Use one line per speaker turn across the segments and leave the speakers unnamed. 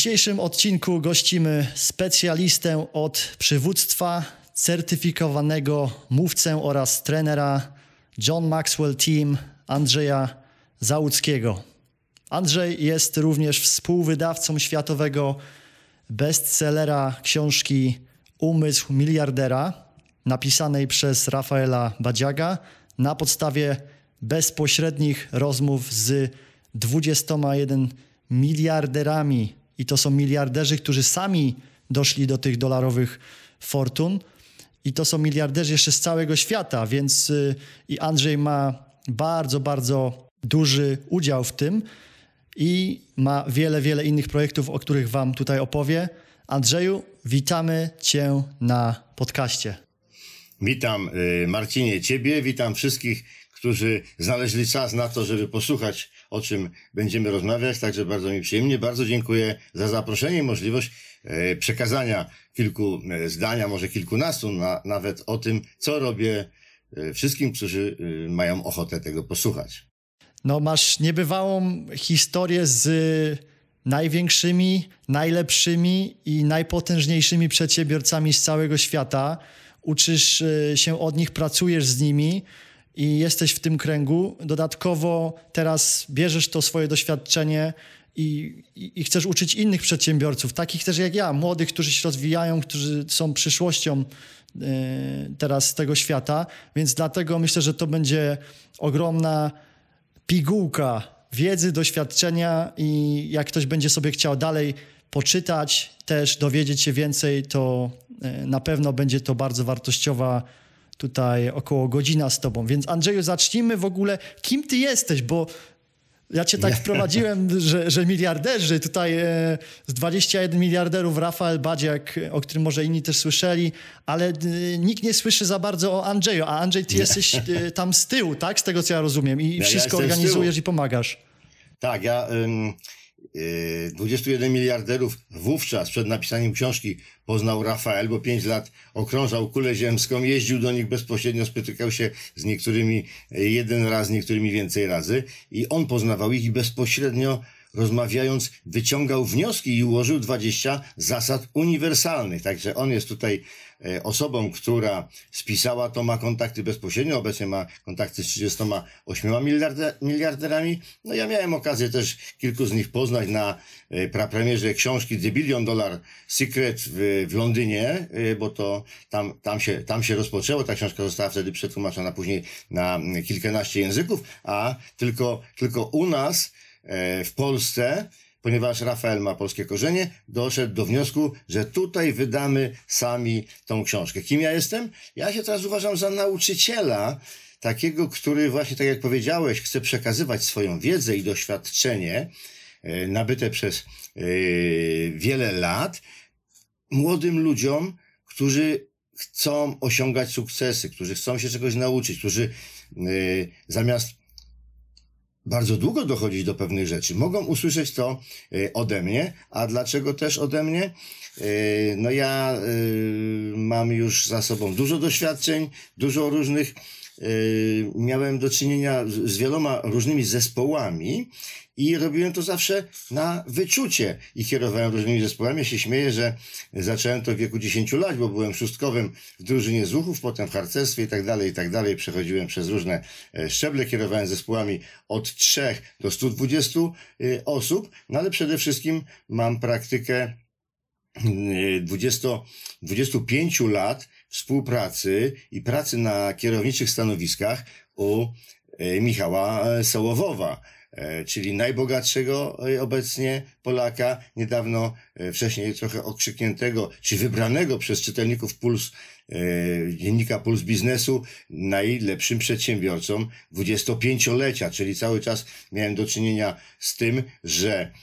dzisiejszym odcinku gościmy specjalistę od przywództwa, certyfikowanego mówcę oraz trenera John Maxwell Team Andrzeja Załuckiego. Andrzej jest również współwydawcą światowego bestsellera książki Umysł miliardera, napisanej przez Rafaela Badziaga na podstawie bezpośrednich rozmów z 21 miliarderami. I to są miliarderzy, którzy sami doszli do tych dolarowych fortun. I to są miliarderzy jeszcze z całego świata, więc i Andrzej ma bardzo, bardzo duży udział w tym i ma wiele, wiele innych projektów, o których wam tutaj opowie. Andrzeju, witamy cię na podcaście.
Witam Marcinie ciebie, witam wszystkich, którzy znaleźli czas na to, żeby posłuchać, o czym będziemy rozmawiać, także bardzo mi przyjemnie. Bardzo dziękuję za zaproszenie i możliwość przekazania kilku zdań, a może kilkunastu nawet o tym, co robię wszystkim, którzy mają ochotę tego posłuchać.
No, masz niebywałą historię z największymi, najlepszymi i najpotężniejszymi przedsiębiorcami z całego świata. Uczysz się od nich, pracujesz z nimi i jesteś w tym kręgu. Dodatkowo teraz bierzesz to swoje doświadczenie i chcesz uczyć innych przedsiębiorców, takich też jak ja, młodych, którzy się rozwijają, którzy są przyszłością teraz tego świata, więc dlatego myślę, że to będzie ogromna pigułka wiedzy, doświadczenia i jak ktoś będzie sobie chciał dalej poczytać, też dowiedzieć się więcej, to na pewno będzie to bardzo wartościowa tutaj około godzina z tobą. Więc Andrzeju, zacznijmy w ogóle, kim ty jesteś, bo ja cię tak wprowadziłem, że miliarderzy, tutaj z 21 miliarderów Rafael Badziak, o którym może inni też słyszeli, ale nikt nie słyszy za bardzo o Andrzeju, a Andrzej, ty jesteś tam z tyłu, tak? Z tego, co ja rozumiem i wszystko organizujesz i pomagasz.
Tak, ja 21 miliarderów wówczas przed napisaniem książki poznał Rafael, bo 5 lat okrążał kulę ziemską, jeździł do nich bezpośrednio, spotykał się z niektórymi jeden raz, z niektórymi więcej razy i on poznawał ich i bezpośrednio rozmawiając wyciągał wnioski i ułożył 20 zasad uniwersalnych. Także on jest tutaj osobą, która spisała to, ma kontakty bezpośrednio, obecnie ma kontakty z 38 miliarderami. No ja miałem okazję też kilku z nich poznać na prapremierze książki The $1 Billion Secret w Londynie, bo to tam się rozpoczęło. Ta książka została wtedy przetłumaczona później na kilkanaście języków, a tylko u nas w Polsce, ponieważ Rafael ma polskie korzenie, doszedł do wniosku, że tutaj wydamy sami tą książkę. Kim ja jestem? Ja się teraz uważam za nauczyciela, takiego, który właśnie, tak jak powiedziałeś, chce przekazywać swoją wiedzę i doświadczenie nabyte przez wiele lat młodym ludziom, którzy chcą osiągać sukcesy, którzy chcą się czegoś nauczyć, którzy zamiast bardzo długo dochodzić do pewnych rzeczy, mogą usłyszeć to ode mnie. A dlaczego też ode mnie? No ja mam już za sobą dużo doświadczeń, dużo różnych, miałem do czynienia z wieloma różnymi zespołami i robiłem to zawsze na wyczucie i kierowałem różnymi zespołami. Ja się śmieję, że zacząłem to w wieku 10 lat, bo byłem szóstkowym w drużynie Zuchów, potem w harcerstwie i tak dalej. Przechodziłem przez różne szczeble, kierowałem zespołami od 3 do 120 osób, no ale przede wszystkim mam praktykę 25 lat współpracy i pracy na kierowniczych stanowiskach u Michała Sołowowa, czyli najbogatszego obecnie Polaka, niedawno wcześniej trochę okrzykniętego, czy wybranego przez czytelników dziennika Puls Biznesu najlepszym przedsiębiorcą 25-lecia, czyli cały czas miałem do czynienia z tym, że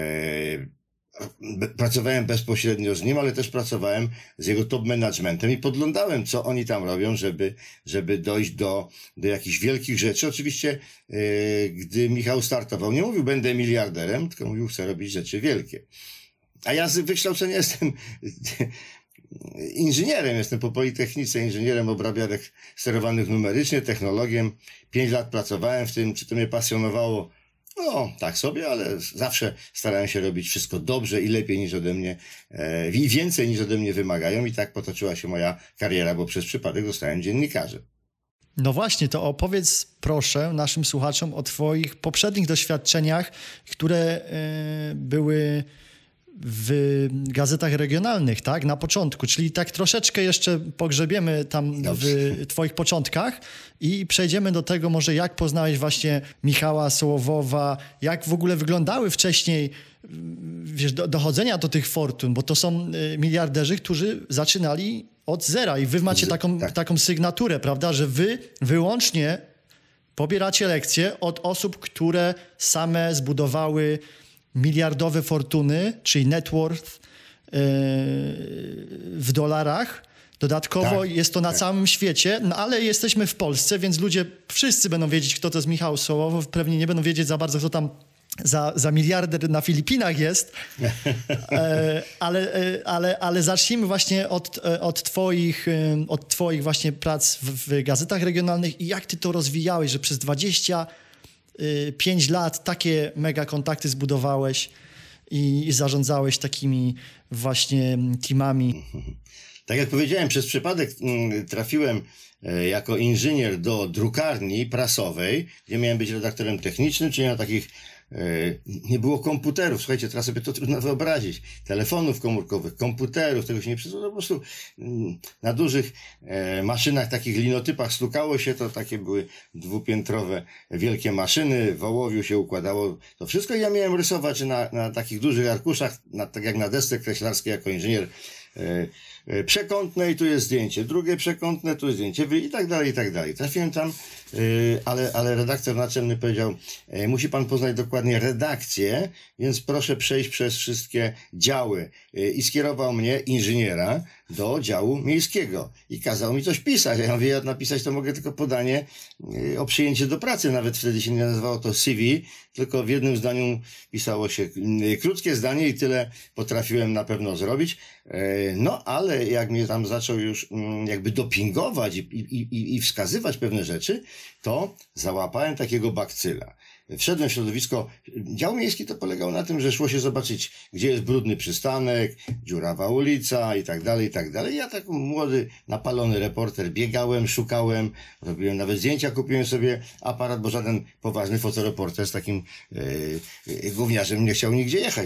pracowałem bezpośrednio z nim, ale też pracowałem z jego top managementem i podglądałem, co oni tam robią, żeby dojść do jakichś wielkich rzeczy. Oczywiście, gdy Michał startował, nie mówił, będę miliarderem, tylko mówił, chcę robić rzeczy wielkie. A ja z wykształcenia jestem inżynierem, jestem po Politechnice, inżynierem obrabiarek sterowanych numerycznie, technologiem. 5 lat pracowałem w tym, czy to mnie pasjonowało? No, tak sobie, ale zawsze starałem się robić wszystko dobrze i lepiej niż ode mnie i więcej niż ode mnie wymagają i tak potoczyła się moja kariera, bo przez przypadek zostałem dziennikarzem.
No właśnie, to opowiedz proszę naszym słuchaczom o twoich poprzednich doświadczeniach, które były w gazetach regionalnych, tak? Na początku, czyli tak troszeczkę jeszcze pogrzebiemy tam w twoich początkach i przejdziemy do tego może jak poznałeś właśnie Michała Sołowowa, jak w ogóle wyglądały wcześniej, wiesz, dochodzenia do tych fortun, bo to są miliarderzy, którzy zaczynali od zera i wy macie taką sygnaturę, prawda, że wy wyłącznie pobieracie lekcje od osób, które same zbudowały miliardowe fortuny, czyli net worth w dolarach. Dodatkowo jest to na całym świecie, no ale jesteśmy w Polsce, więc ludzie wszyscy będą wiedzieć, kto to jest Michał Sołowow. Pewnie nie będą wiedzieć za bardzo, kto tam za miliarder na Filipinach jest. Ale zacznijmy właśnie od twoich właśnie prac w gazetach regionalnych i jak ty to rozwijałeś, że przez 25 lat takie mega kontakty zbudowałeś i zarządzałeś takimi właśnie teamami.
Tak jak powiedziałem, przez przypadek trafiłem jako inżynier do drukarni prasowej, gdzie miałem być redaktorem technicznym, czyli na takich nie było komputerów, słuchajcie, teraz sobie to trudno wyobrazić, telefonów komórkowych, komputerów, tego się nie przyszło, po prostu na dużych maszynach, takich linotypach stukało się, to takie były dwupiętrowe wielkie maszyny, w ołowiu się układało to wszystko i ja miałem rysować na takich dużych arkuszach, tak jak na desce kreślarskiej jako inżynier, przekątne i tu jest zdjęcie, drugie przekątne, tu jest zdjęcie i tak dalej, i tak dalej. Trafiłem tam, ale redaktor naczelny powiedział, musi pan poznać dokładnie redakcję, więc proszę przejść przez wszystkie działy i skierował mnie, inżyniera, do działu miejskiego i kazał mi coś pisać. Ja mówię, ja napisać to mogę tylko podanie o przyjęcie do pracy, nawet wtedy się nie nazywało to CV, tylko w jednym zdaniu pisało się krótkie zdanie i tyle potrafiłem na pewno zrobić. No, ale jak mnie tam zaczął już jakby dopingować i wskazywać pewne rzeczy, to załapałem takiego bakcyla. Wszedłem w środowisko, dział miejski to polegało na tym, że szło się zobaczyć, gdzie jest brudny przystanek, dziurawa ulica i tak dalej, i tak dalej. Ja tak młody, napalony reporter biegałem, szukałem, robiłem nawet zdjęcia, kupiłem sobie aparat, bo żaden poważny fotoreporter z takim gówniarzem nie chciał nigdzie jechać.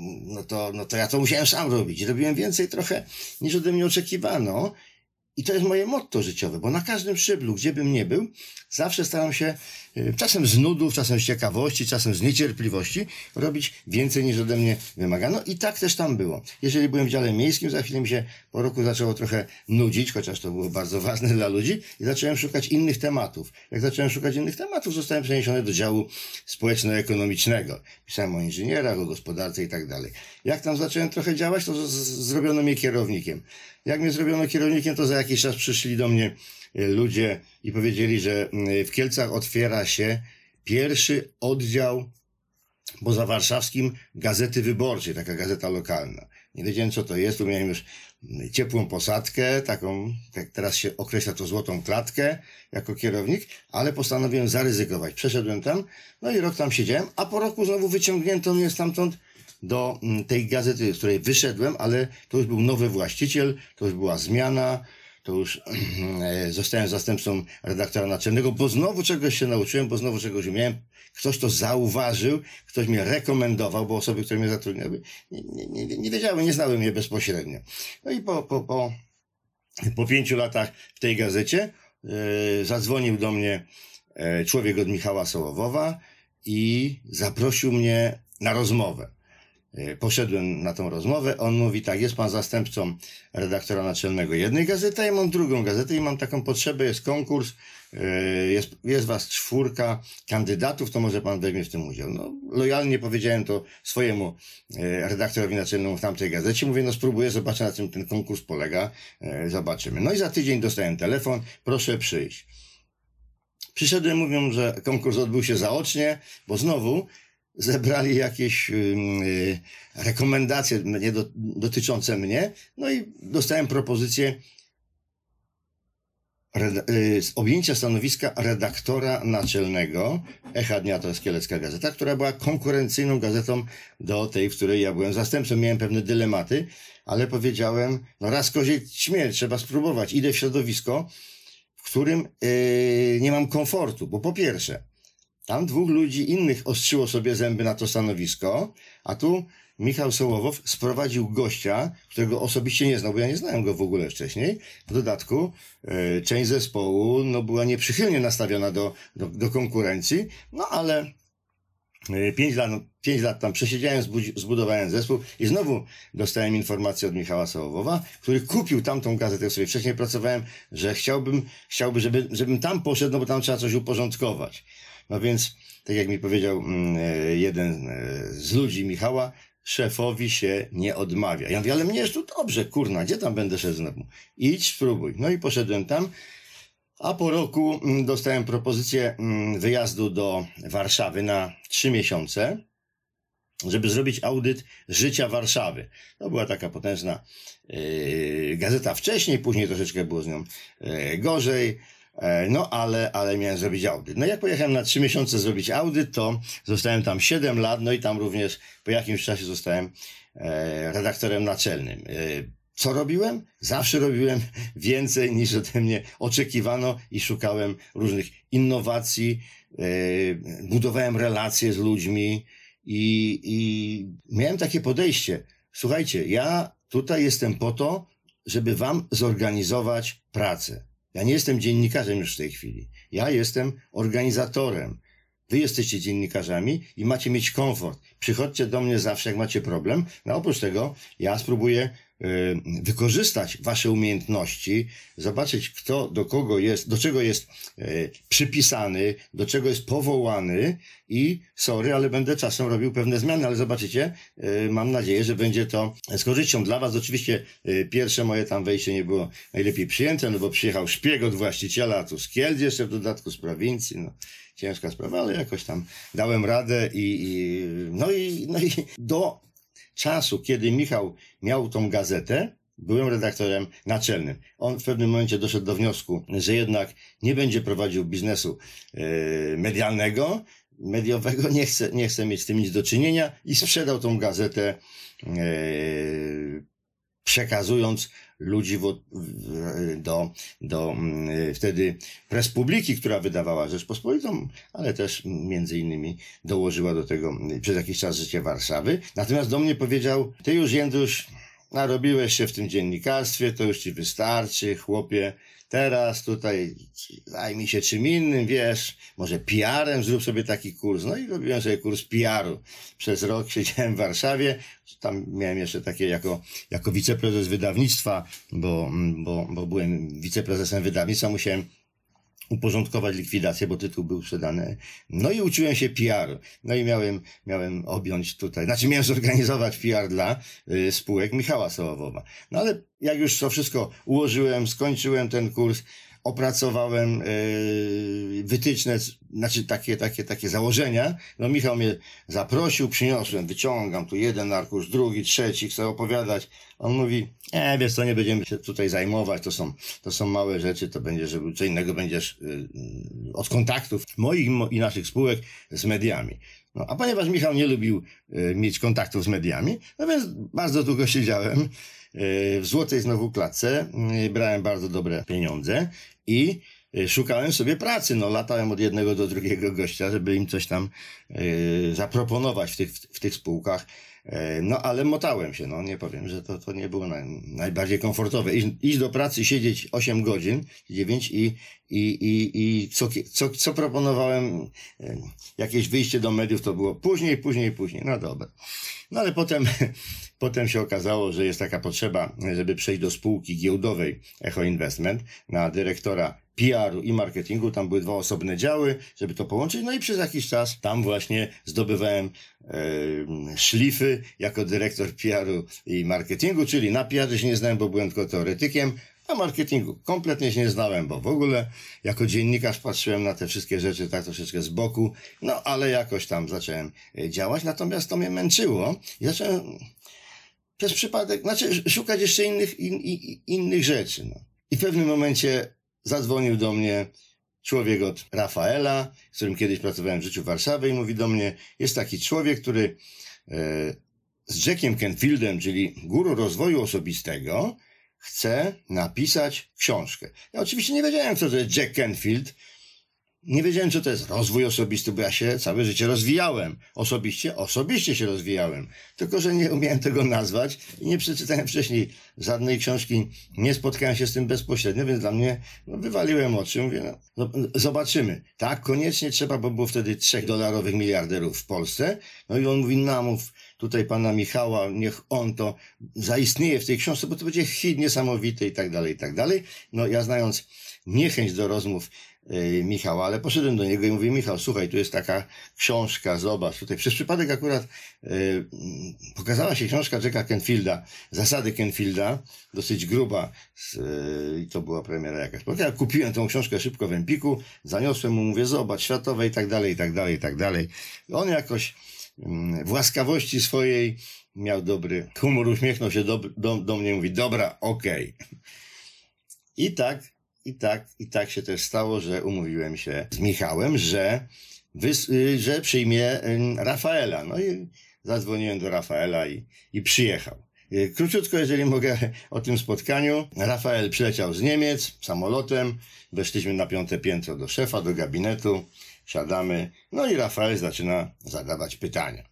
No to ja to musiałem sam robić. Robiłem więcej trochę niż ode mnie oczekiwano. I to jest moje motto życiowe, bo na każdym szczeblu, gdzie bym nie był, zawsze staram się, czasem z nudów, czasem z ciekawości, czasem z niecierpliwości, robić więcej niż ode mnie wymagano i tak też tam było. Jeżeli byłem w dziale miejskim, za chwilę mi się po roku zaczęło trochę nudzić, chociaż to było bardzo ważne dla ludzi i zacząłem szukać innych tematów. Jak zacząłem szukać innych tematów, zostałem przeniesiony do działu społeczno-ekonomicznego. Pisałem o inżynierach, o gospodarce i tak dalej. Jak tam zacząłem trochę działać, to zrobiono mnie kierownikiem. Jak mnie zrobiono kierownikiem, to za jakiś czas przyszli do mnie ludzie i powiedzieli, że w Kielcach otwiera się pierwszy oddział pozawarszawskim Gazety Wyborczej, taka gazeta lokalna. Nie wiedziałem, co to jest, tu miałem już ciepłą posadkę, taką, jak teraz się określa to złotą klatkę jako kierownik, ale postanowiłem zaryzykować. Przeszedłem tam, no i rok tam siedziałem, a po roku znowu wyciągnięto mnie stamtąd do tej gazety, z której wyszedłem, ale to już był nowy właściciel, to już była zmiana, to już zostałem zastępcą redaktora naczelnego, bo znowu czegoś się nauczyłem, bo znowu czegoś umiałem. Ktoś to zauważył, ktoś mnie rekomendował, bo osoby, które mnie zatrudniały, nie wiedziały, nie znały mnie bezpośrednio. No i po 5 latach w tej gazecie zadzwonił do mnie człowiek od Michała Sołowowa i zaprosił mnie na rozmowę. Poszedłem na tą rozmowę, on mówi tak, jest pan zastępcą redaktora naczelnego jednej gazety, ja mam drugą gazetę i mam taką potrzebę, jest konkurs, jest was 4 kandydatów, to może pan weźmie w tym udział. No, lojalnie powiedziałem to swojemu redaktorowi naczelnemu w tamtej gazecie, mówię, no spróbuję, zobaczę na czym ten konkurs polega, zobaczymy. No i za tydzień dostałem telefon, proszę przyjść. Przyszedłem, mówią, że konkurs odbył się zaocznie, bo znowu zebrali jakieś rekomendacje dotyczące mnie, no i dostałem propozycję z objęcia stanowiska redaktora naczelnego Echa Dnia, to jest Kielecka Gazeta, która była konkurencyjną gazetą do tej, w której ja byłem zastępcą. Miałem pewne dylematy, ale powiedziałem, no raz kozie śmierć, trzeba spróbować. Idę w środowisko, w którym nie mam komfortu, bo po pierwsze, tam 2 ludzi innych ostrzyło sobie zęby na to stanowisko, a tu Michał Sołowow sprowadził gościa, którego osobiście nie znał, bo ja nie znałem go w ogóle wcześniej. W dodatku część zespołu była nieprzychylnie nastawiona do konkurencji, no ale 5 lat tam przesiedziałem, zbudowałem zespół i znowu dostałem informację od Michała Sołowowa, który kupił tamtą gazetę, w której wcześniej pracowałem, że chciałby, żebym tam poszedł, no bo tam trzeba coś uporządkować. No więc, tak jak mi powiedział jeden z ludzi Michała, szefowi się nie odmawia. Ja mówię, ale mnie jest tu dobrze, kurna, gdzie tam będę szedł znowu? Idź, spróbuj. No i poszedłem tam, a po roku dostałem propozycję wyjazdu do Warszawy na 3 miesiące, żeby zrobić audyt życia Warszawy. To była taka potężna gazeta wcześniej, później troszeczkę było z nią gorzej. No, ale miałem zrobić audyt. No jak pojechałem na 3 miesiące zrobić audyt, to zostałem tam 7 lat, no i tam również po jakimś czasie zostałem redaktorem naczelnym. Co robiłem? Zawsze robiłem więcej niż ode mnie oczekiwano i szukałem różnych innowacji, budowałem relacje z ludźmi i miałem takie podejście. Słuchajcie, ja tutaj jestem po to, żeby wam zorganizować pracę. Ja nie jestem dziennikarzem już w tej chwili. Ja jestem organizatorem. Wy jesteście dziennikarzami i macie mieć komfort. Przychodźcie do mnie zawsze, jak macie problem. No oprócz tego ja spróbuję wykorzystać wasze umiejętności, zobaczyć kto do kogo jest, do czego jest przypisany, do czego jest powołany i sorry, ale będę czasem robił pewne zmiany, ale zobaczycie, mam nadzieję, że będzie to z korzyścią dla was. Oczywiście pierwsze moje tam wejście nie było najlepiej przyjęte, no bo przyjechał szpieg od właściciela, a tu z Kielc jeszcze w dodatku z prowincji, no ciężka sprawa, ale jakoś tam dałem radę no i do czasu, kiedy Michał miał tą gazetę, byłem redaktorem naczelnym. On w pewnym momencie doszedł do wniosku, że jednak nie będzie prowadził biznesu mediowego, nie chce mieć z tym nic do czynienia i sprzedał tą gazetę, przekazując ludzi do wtedy Press Publiki, która wydawała Rzeczpospolitą, ale też między innymi dołożyła do tego przez jakiś czas Życie Warszawy. Natomiast do mnie powiedział, ty już, Jędruś, narobiłeś się w tym dziennikarstwie, to już ci wystarczy, chłopie, teraz tutaj zajmij się czym innym, wiesz, może PR-em zrób sobie taki kurs. No i robiłem sobie kurs PR-u. Przez rok siedziałem w Warszawie, tam miałem jeszcze takie jako wiceprezes wydawnictwa, bo byłem wiceprezesem wydawnictwa, musiałem uporządkować likwidację, bo tytuł był sprzedany. No i uczyłem się PR-u. No i miałem objąć tutaj, miałem zorganizować PR dla spółek Michała Sołowowa. No ale jak już to wszystko ułożyłem, skończyłem ten kurs, opracowałem wytyczne, takie założenia. No Michał mnie zaprosił, przyniosłem, wyciągam tu jeden arkusz, drugi, trzeci, chcę opowiadać. On mówi, wiesz co, nie będziemy się tutaj zajmować, to są małe rzeczy, to będzie, że co innego będziesz od kontaktów moich i naszych spółek z mediami. No, a ponieważ Michał nie lubił mieć kontaktów z mediami, no więc bardzo długo siedziałem w złotej znowu klatce, brałem bardzo dobre pieniądze i szukałem sobie pracy. No, latałem od jednego do drugiego gościa, żeby im coś tam zaproponować w tych spółkach. No, ale motałem się, no, nie powiem, że to nie było najbardziej komfortowe. Iść do pracy, siedzieć 8 godzin, 9 i co proponowałem, jakieś wyjście do mediów, to było później. No dobra. No, ale potem się okazało, że jest taka potrzeba, żeby przejść do spółki giełdowej Echo Investment na dyrektora PR-u i marketingu. Tam były 2 osobne działy, żeby to połączyć. No i przez jakiś czas tam właśnie zdobywałem szlify jako dyrektor PR-u i marketingu, czyli na PR-ze się nie znałem, bo byłem tylko teoretykiem, a marketingu kompletnie się nie znałem, bo w ogóle jako dziennikarz patrzyłem na te wszystkie rzeczy tak troszeczkę z boku, no ale jakoś tam zacząłem działać, natomiast to mnie męczyło i zacząłem przez przypadek, szukać jeszcze innych rzeczy. No. I w pewnym momencie zadzwonił do mnie człowiek od Rafaela, z którym kiedyś pracowałem w Życiu Warszawy i mówi do mnie, jest taki człowiek, który z Jackiem Canfieldem, czyli guru rozwoju osobistego, chce napisać książkę. Ja oczywiście nie wiedziałem, co to jest Jack Canfield. Nie wiedziałem, co to jest rozwój osobisty, bo ja się całe życie rozwijałem. Osobiście się rozwijałem. Tylko że nie umiałem tego nazwać i nie przeczytałem wcześniej żadnej książki. Nie spotkałem się z tym bezpośrednio, więc dla mnie wywaliłem oczy. Mówię, zobaczymy. Tak, koniecznie trzeba, bo było wtedy $3 miliarderów w Polsce. No i on mówi, namów tutaj pana Michała, niech on to zaistnieje w tej książce, bo to będzie hit niesamowity i tak dalej, i tak dalej. No ja znając niechęć do rozmów Michała, ale poszedłem do niego i mówię, Michał, słuchaj, tu jest taka książka, zobacz, tutaj przez przypadek akurat pokazała się książka Jacka Canfielda, Zasady Canfielda, dosyć gruba i to była premiera jakaś. Ja kupiłem tą książkę szybko w Empiku, zaniosłem mu, mówię, zobacz, światowe i tak dalej, i tak dalej, i tak dalej. On jakoś w łaskawości swojej miał dobry humor, uśmiechnął się do mnie i mówi, dobra, okej. I tak się też stało, że umówiłem się z Michałem, że przyjmie Rafaela. No i zadzwoniłem do Rafaela i przyjechał. Króciutko, jeżeli mogę, o tym spotkaniu. Rafael przyleciał z Niemiec samolotem, weszliśmy na 5. piętro do szefa, do gabinetu, siadamy, no i Rafael zaczyna zadawać pytania.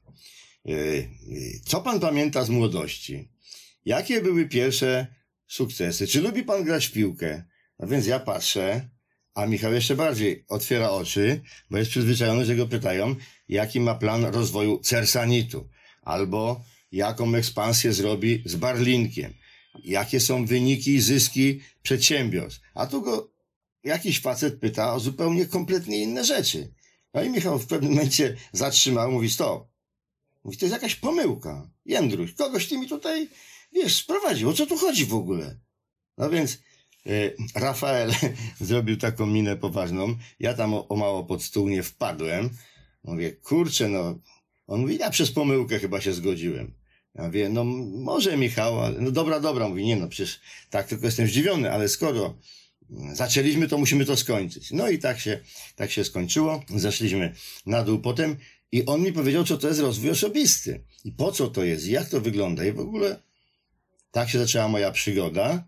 Co pan pamięta z młodości? Jakie były pierwsze sukcesy? Czy lubi pan grać w piłkę? No więc ja patrzę, a Michał jeszcze bardziej otwiera oczy, bo jest przyzwyczajony, że go pytają, jaki ma plan rozwoju Cersanitu, albo jaką ekspansję zrobi z Barlinkiem, jakie są wyniki i zyski przedsiębiorstw. A tu go jakiś facet pyta o zupełnie kompletnie inne rzeczy. No i Michał w pewnym momencie zatrzymał, mówi, stop. Mówi, to jest jakaś pomyłka. Jędruś, kogoś ty mi tutaj, sprowadził. O co tu chodzi w ogóle? No więc Rafael zrobił taką minę poważną. Ja tam o mało pod stół nie wpadłem. Mówię, kurczę, no. On mówi, ja przez pomyłkę chyba się zgodziłem. Ja mówię, no może Michał, ale no dobra. Mówi, nie no, przecież tak, tylko jestem zdziwiony, ale skoro zaczęliśmy, to musimy to skończyć. No i tak się skończyło. Zeszliśmy na dół potem i on mi powiedział, co to jest rozwój osobisty. I po co to jest, i jak to wygląda. I w ogóle tak się zaczęła moja przygoda.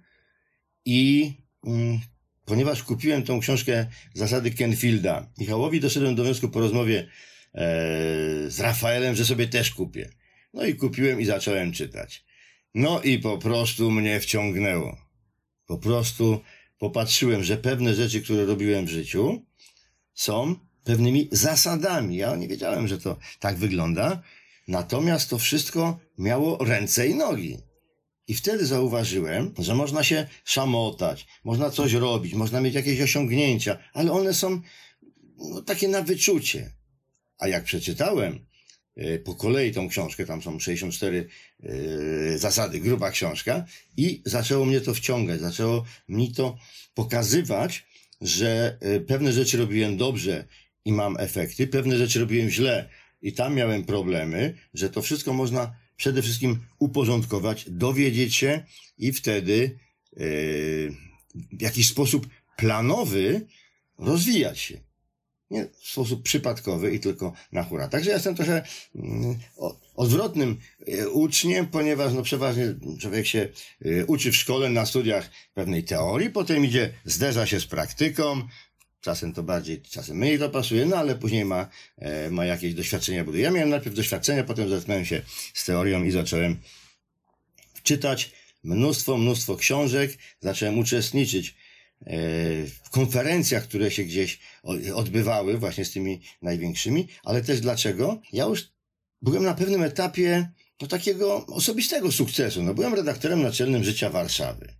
I ponieważ kupiłem tą książkę Zasady Canfielda, Michałowi doszedłem do wniosku po rozmowie z Rafaelem, że sobie też kupię. No i kupiłem i zacząłem czytać. No i po prostu mnie wciągnęło. Po prostu popatrzyłem, że pewne rzeczy, które robiłem w życiu, są pewnymi zasadami. Ja nie wiedziałem, że to tak wygląda. Natomiast to wszystko miało ręce i nogi. I wtedy zauważyłem, że można się szamotać, można coś robić, można mieć jakieś osiągnięcia, ale one są takie na wyczucie. A jak przeczytałem po kolei tą książkę, tam są 64 zasady, gruba książka, i zaczęło mnie to wciągać, zaczęło mi to pokazywać, że pewne rzeczy robiłem dobrze i mam efekty, pewne rzeczy robiłem źle i tam miałem problemy, że to wszystko można przede wszystkim uporządkować, dowiedzieć się i wtedy w jakiś sposób planowy rozwijać się. Nie w sposób przypadkowy i tylko na hura. Także ja jestem trochę odwrotnym uczniem, ponieważ przeważnie człowiek się uczy w szkole, na studiach pewnej teorii, potem zderza się z praktyką, czasem to bardziej, czasem mniej to pasuje, no ale później ma jakieś doświadczenia. Ja miałem najpierw doświadczenia, potem zetknąłem się z teorią i zacząłem czytać mnóstwo książek, zacząłem uczestniczyć w konferencjach, które się gdzieś odbywały właśnie z tymi największymi, ale też dlaczego? Ja już byłem na pewnym etapie takiego osobistego sukcesu. Byłem redaktorem naczelnym Życia Warszawy.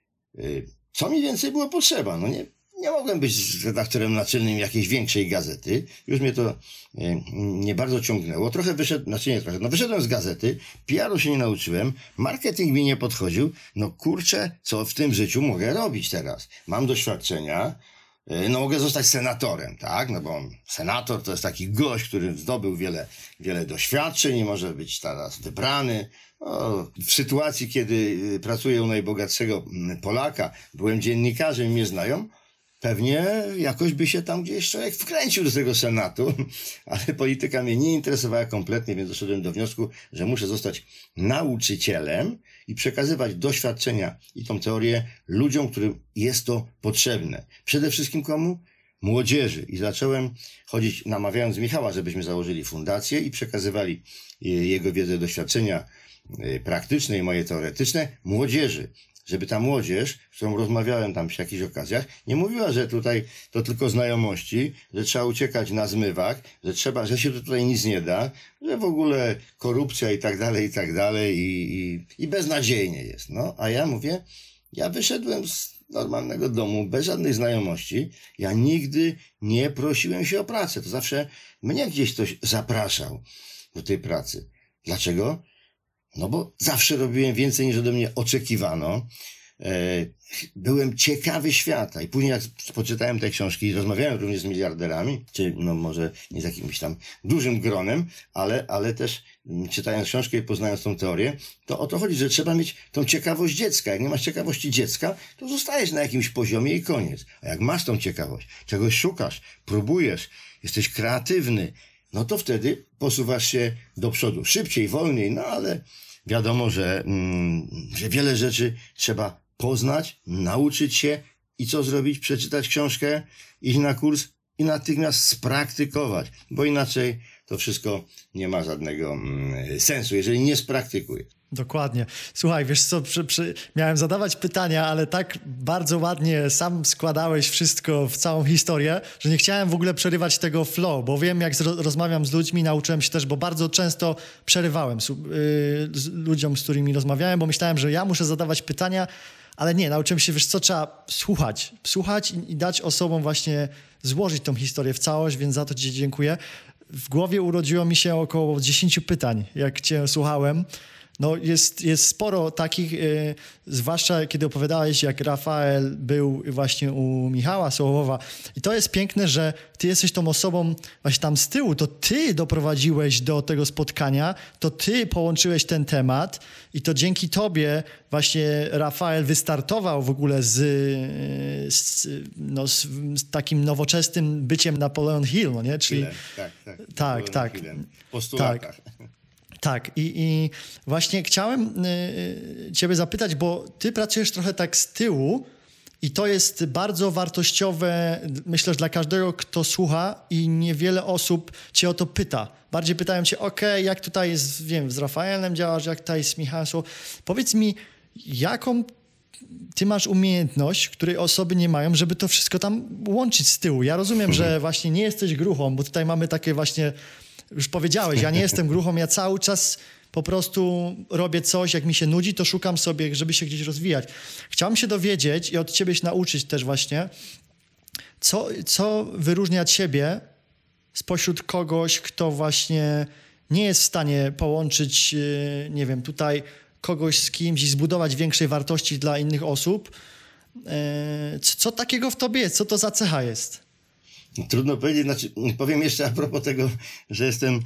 Co mi więcej było potrzeba? Nie mogłem być redaktorem naczelnym jakiejś większej gazety. Już mnie to nie bardzo ciągnęło. Wyszedłem z gazety, PR-u się nie nauczyłem, marketing mi nie podchodził. Kurczę, co w tym życiu mogę robić teraz? Mam doświadczenia, mogę zostać senatorem, tak? Bo senator to jest taki gość, który zdobył wiele doświadczeń i może być teraz wybrany. W sytuacji, kiedy pracuję u najbogatszego Polaka, byłem dziennikarzem i mnie znają, pewnie jakoś by się tam gdzieś człowiek wkręcił do tego Senatu, ale polityka mnie nie interesowała kompletnie, więc doszedłem do wniosku, że muszę zostać nauczycielem i przekazywać doświadczenia i tą teorię ludziom, którym jest to potrzebne. Przede wszystkim komu? Młodzieży. I zacząłem chodzić, namawiając Michała, żebyśmy założyli fundację i przekazywali jego wiedzę, doświadczenia praktyczne i moje teoretyczne młodzieży. Żeby ta młodzież, z którą rozmawiałem tam przy jakichś okazjach, nie mówiła, że tutaj to tylko znajomości, że trzeba uciekać na zmywak, że się tutaj nic nie da, że w ogóle korupcja i tak dalej i beznadziejnie jest. No, a ja mówię, ja wyszedłem z normalnego domu, bez żadnej znajomości, ja nigdy nie prosiłem się o pracę, to zawsze mnie gdzieś ktoś zapraszał do tej pracy. Dlaczego? No bo zawsze robiłem więcej niż ode mnie oczekiwano. Byłem ciekawy świata i później jak poczytałem te książki i rozmawiałem również z miliarderami, czy no może nie z jakimś tam dużym gronem, ale też czytając książkę i poznając tą teorię, to o to chodzi, że trzeba mieć tą ciekawość dziecka. Jak nie masz ciekawości dziecka, to zostajesz na jakimś poziomie i koniec. A jak masz tą ciekawość, czegoś szukasz, próbujesz, jesteś kreatywny, no to wtedy posuwasz się do przodu. Szybciej, wolniej, no ale wiadomo, że wiele rzeczy trzeba poznać, nauczyć się i co zrobić? Przeczytać książkę, iść na kurs i natychmiast spraktykować, bo inaczej to wszystko nie ma żadnego sensu, jeżeli nie spraktykuję.
Dokładnie. Słuchaj, wiesz co, miałem zadawać pytania, ale tak bardzo ładnie sam składałeś wszystko w całą historię, że nie chciałem w ogóle przerywać tego flow, bo wiem, jak rozmawiam z ludźmi, nauczyłem się też, bo bardzo często przerywałem ludziom, z którymi rozmawiałem, bo myślałem, że ja muszę zadawać pytania, ale nie, nauczyłem się, wiesz co, trzeba słuchać i dać osobom właśnie złożyć tą historię w całość, więc za to ci dziękuję. W głowie urodziło mi się około 10 pytań, jak cię słuchałem. No jest sporo takich, zwłaszcza kiedy opowiadałeś, jak Rafael był właśnie u Michała Sołowowa. I to jest piękne, że ty jesteś tą osobą właśnie tam z tyłu, to ty doprowadziłeś do tego spotkania, to ty połączyłeś ten temat i to dzięki tobie właśnie Rafael wystartował w ogóle z takim nowoczesnym byciem Napoleon Hill, no nie? Czyli tak.
Postulatach.
Tak, i właśnie chciałem ciebie zapytać, bo ty pracujesz trochę tak z tyłu i to jest bardzo wartościowe, myślę, że dla każdego, kto słucha i niewiele osób cię o to pyta. Bardziej pytają cię, jak tutaj jest, wiem, z Rafaelem działasz, jak tutaj z Michałem. Powiedz mi, jaką ty masz umiejętność, której osoby nie mają, żeby to wszystko tam łączyć z tyłu. Ja rozumiem, że właśnie nie jesteś gruchą, bo tutaj mamy takie właśnie... Już powiedziałeś, ja nie jestem gruchą, ja cały czas po prostu robię coś, jak mi się nudzi, to szukam sobie, żeby się gdzieś rozwijać. Chciałem się dowiedzieć i od ciebie się nauczyć też właśnie, co wyróżnia ciebie spośród kogoś, kto właśnie nie jest w stanie połączyć, nie wiem, tutaj kogoś z kimś i zbudować większej wartości dla innych osób. Co takiego w tobie jest? Co to za cecha jest?
Trudno powiedzieć, powiem jeszcze a propos tego, że jestem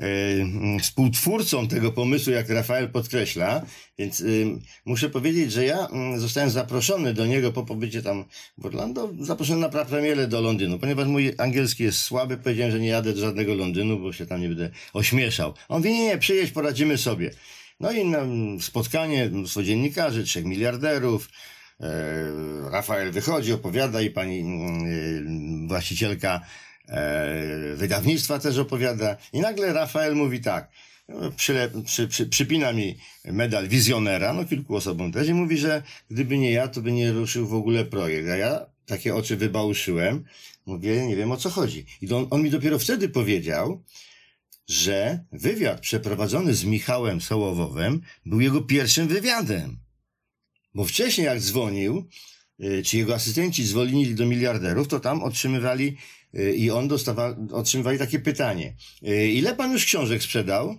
współtwórcą tego pomysłu, jak Rafael podkreśla, więc muszę powiedzieć, że ja zostałem zaproszony do niego po pobycie tam w Orlando, zaproszony na premierę do Londynu, ponieważ mój angielski jest słaby, powiedziałem, że nie jadę do żadnego Londynu, bo się tam nie będę ośmieszał. On mówi, nie, przyjedź, poradzimy sobie. No i na spotkanie mnóstwo dziennikarzy, 3 miliarderów, Rafael wychodzi, opowiada i pani właścicielka wydawnictwa też opowiada i nagle Rafael mówi tak, przypina mi medal wizjonera, no kilku osobom też i mówi, że gdyby nie ja, to by nie ruszył w ogóle projekt, a ja takie oczy wybałuszyłem, mówię, nie wiem o co chodzi i on mi dopiero wtedy powiedział, że wywiad przeprowadzony z Michałem Sołowowem był jego pierwszym wywiadem. Bo wcześniej jak dzwonił, czy jego asystenci dzwonili do miliarderów, to tam otrzymywali i on otrzymywali takie pytanie. Ile pan już książek sprzedał?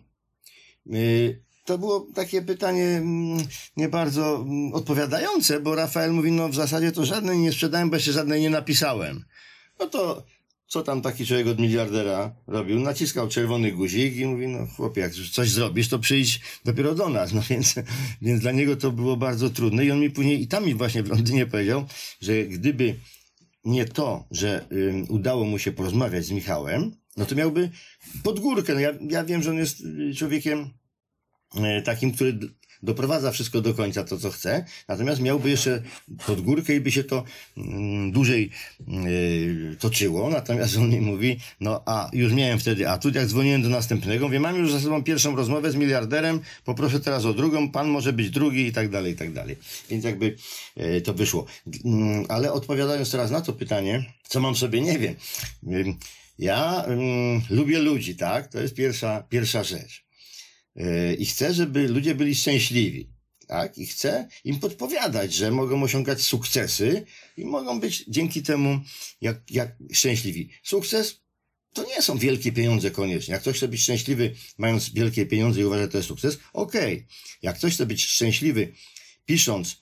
To było takie pytanie nie bardzo odpowiadające, bo Rafael mówi, no w zasadzie to żadnej nie sprzedałem, bo jeszcze żadnej nie napisałem. No to co tam taki człowiek od miliardera robił? Naciskał czerwony guzik i mówi, no chłopie, jak już coś zrobisz, to przyjdź dopiero do nas. No więc dla niego to było bardzo trudne i on mi później, i tam mi właśnie w Londynie powiedział, że gdyby nie to, że udało mu się porozmawiać z Michałem, no to miałby pod górkę. No ja wiem, że on jest człowiekiem takim, który doprowadza wszystko do końca, to co chce, natomiast miałby jeszcze pod górkę i by się to dłużej toczyło, natomiast on mi mówi, no a już miałem wtedy atut, jak dzwoniłem do następnego, mówię, mam już za sobą pierwszą rozmowę z miliarderem, poproszę teraz o drugą, pan może być drugi i tak dalej, i tak dalej. Więc jakby to wyszło. Ale odpowiadając teraz na to pytanie, co mam sobie, nie wiem. Ja lubię ludzi, tak? To jest pierwsza rzecz. I chcę, żeby ludzie byli szczęśliwi, tak? I chcę im podpowiadać, że mogą osiągać sukcesy i mogą być dzięki temu jak szczęśliwi. Sukces to nie są wielkie pieniądze koniecznie. Jak ktoś chce być szczęśliwy mając wielkie pieniądze i uważa, że to jest sukces, okej. Jak ktoś chce być szczęśliwy pisząc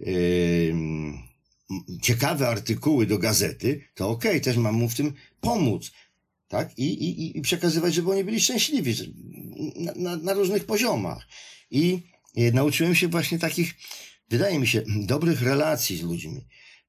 ciekawe artykuły do gazety, to okej, też mam mu w tym pomóc. Tak? I przekazywać, żeby oni byli szczęśliwi na różnych poziomach. I nauczyłem się właśnie takich, wydaje mi się, dobrych relacji z ludźmi.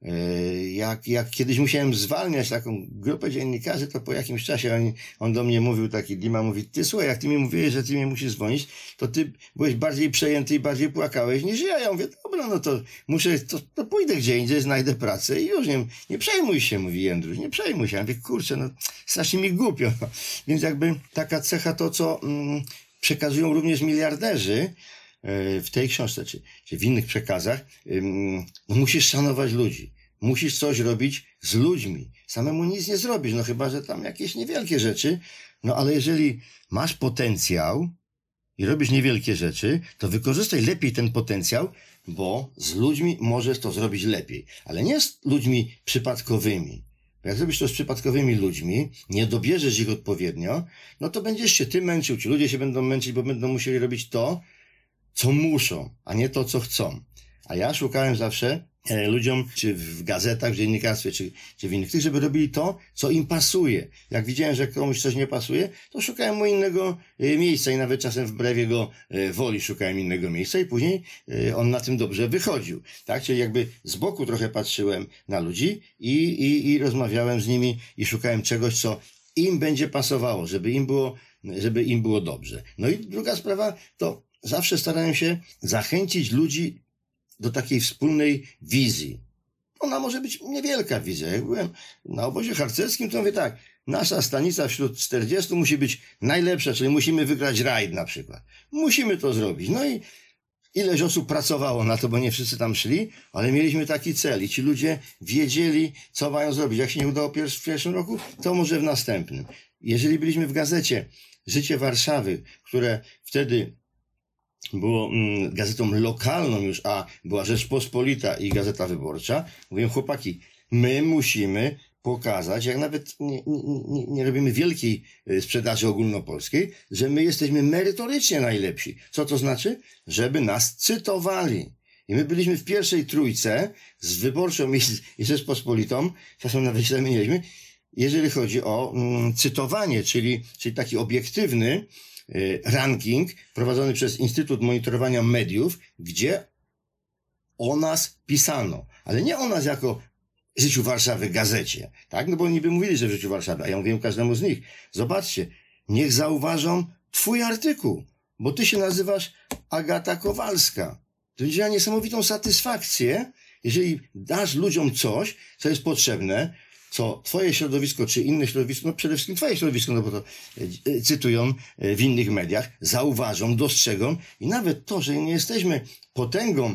Jak kiedyś musiałem zwalniać taką grupę dziennikarzy, to po jakimś czasie on do mnie mówił, taki Dima mówi, ty słuchaj, jak ty mi mówiłeś, że ty mnie musisz dzwonić, to ty byłeś bardziej przejęty i bardziej płakałeś niż ja. Ja mówię, dobra, no to muszę, to pójdę gdzie indziej, znajdę pracę i już nie przejmuj się, mówi Jędruś, nie przejmuj się. Ja mówię, kurczę, no strasznie mi głupio. No. Więc jakby taka cecha to, co przekazują również miliarderzy, w tej książce, czy w innych przekazach, no musisz szanować ludzi. Musisz coś robić z ludźmi. Samemu nic nie zrobisz, no chyba, że tam jakieś niewielkie rzeczy. No ale jeżeli masz potencjał i robisz niewielkie rzeczy, to wykorzystaj lepiej ten potencjał, bo z ludźmi możesz to zrobić lepiej. Ale nie z ludźmi przypadkowymi. Bo jak zrobisz to z przypadkowymi ludźmi, nie dobierzesz ich odpowiednio, no to będziesz się ty męczył, ci ludzie się będą męczyć, bo będą musieli robić to, co muszą, a nie to, co chcą. A ja szukałem zawsze ludziom, czy w gazetach, w dziennikarstwie, czy w innych tych, żeby robili to, co im pasuje. Jak widziałem, że komuś coś nie pasuje, to szukałem mu innego miejsca i nawet czasem wbrew jego woli szukałem innego miejsca i później on na tym dobrze wychodził. Tak? Czyli jakby z boku trochę patrzyłem na ludzi i rozmawiałem z nimi i szukałem czegoś, co im będzie pasowało, żeby im było dobrze. No i druga sprawa to zawsze starałem się zachęcić ludzi do takiej wspólnej wizji. Ona może być niewielka wizja. Jak byłem na obozie harcerskim, to mówię tak, nasza stanica wśród 40 musi być najlepsza, czyli musimy wygrać rajd na przykład. Musimy to zrobić. No i ileś osób pracowało na to, bo nie wszyscy tam szli, ale mieliśmy taki cel i ci ludzie wiedzieli, co mają zrobić. Jak się nie udało w pierwszym roku, to może w następnym. Jeżeli byliśmy w gazecie Życie Warszawy, które wtedy było gazetą lokalną już, a była Rzeczpospolita i Gazeta Wyborcza, mówiłem, chłopaki, my musimy pokazać, jak nawet nie robimy wielkiej sprzedaży ogólnopolskiej, że my jesteśmy merytorycznie najlepsi. Co to znaczy? Żeby nas cytowali. I my byliśmy w pierwszej trójce z Wyborczą i Rzeczpospolitą, czasem nawet się zamieniliśmy, jeżeli chodzi o cytowanie, czyli taki obiektywny ranking prowadzony przez Instytut Monitorowania Mediów, gdzie o nas pisano. Ale nie o nas jako Życiu Warszawy gazecie. Tak? No bo oni by mówili, że w Życiu Warszawy, a ja mówiłem każdemu z nich. Zobaczcie, niech zauważą twój artykuł, bo ty się nazywasz Agata Kowalska. To będzie miała niesamowitą satysfakcję, jeżeli dasz ludziom coś, co jest potrzebne, co twoje środowisko, czy inne środowisko, no przede wszystkim twoje środowisko, no bo to cytują w innych mediach, zauważą, dostrzegą i nawet to, że nie jesteśmy potęgą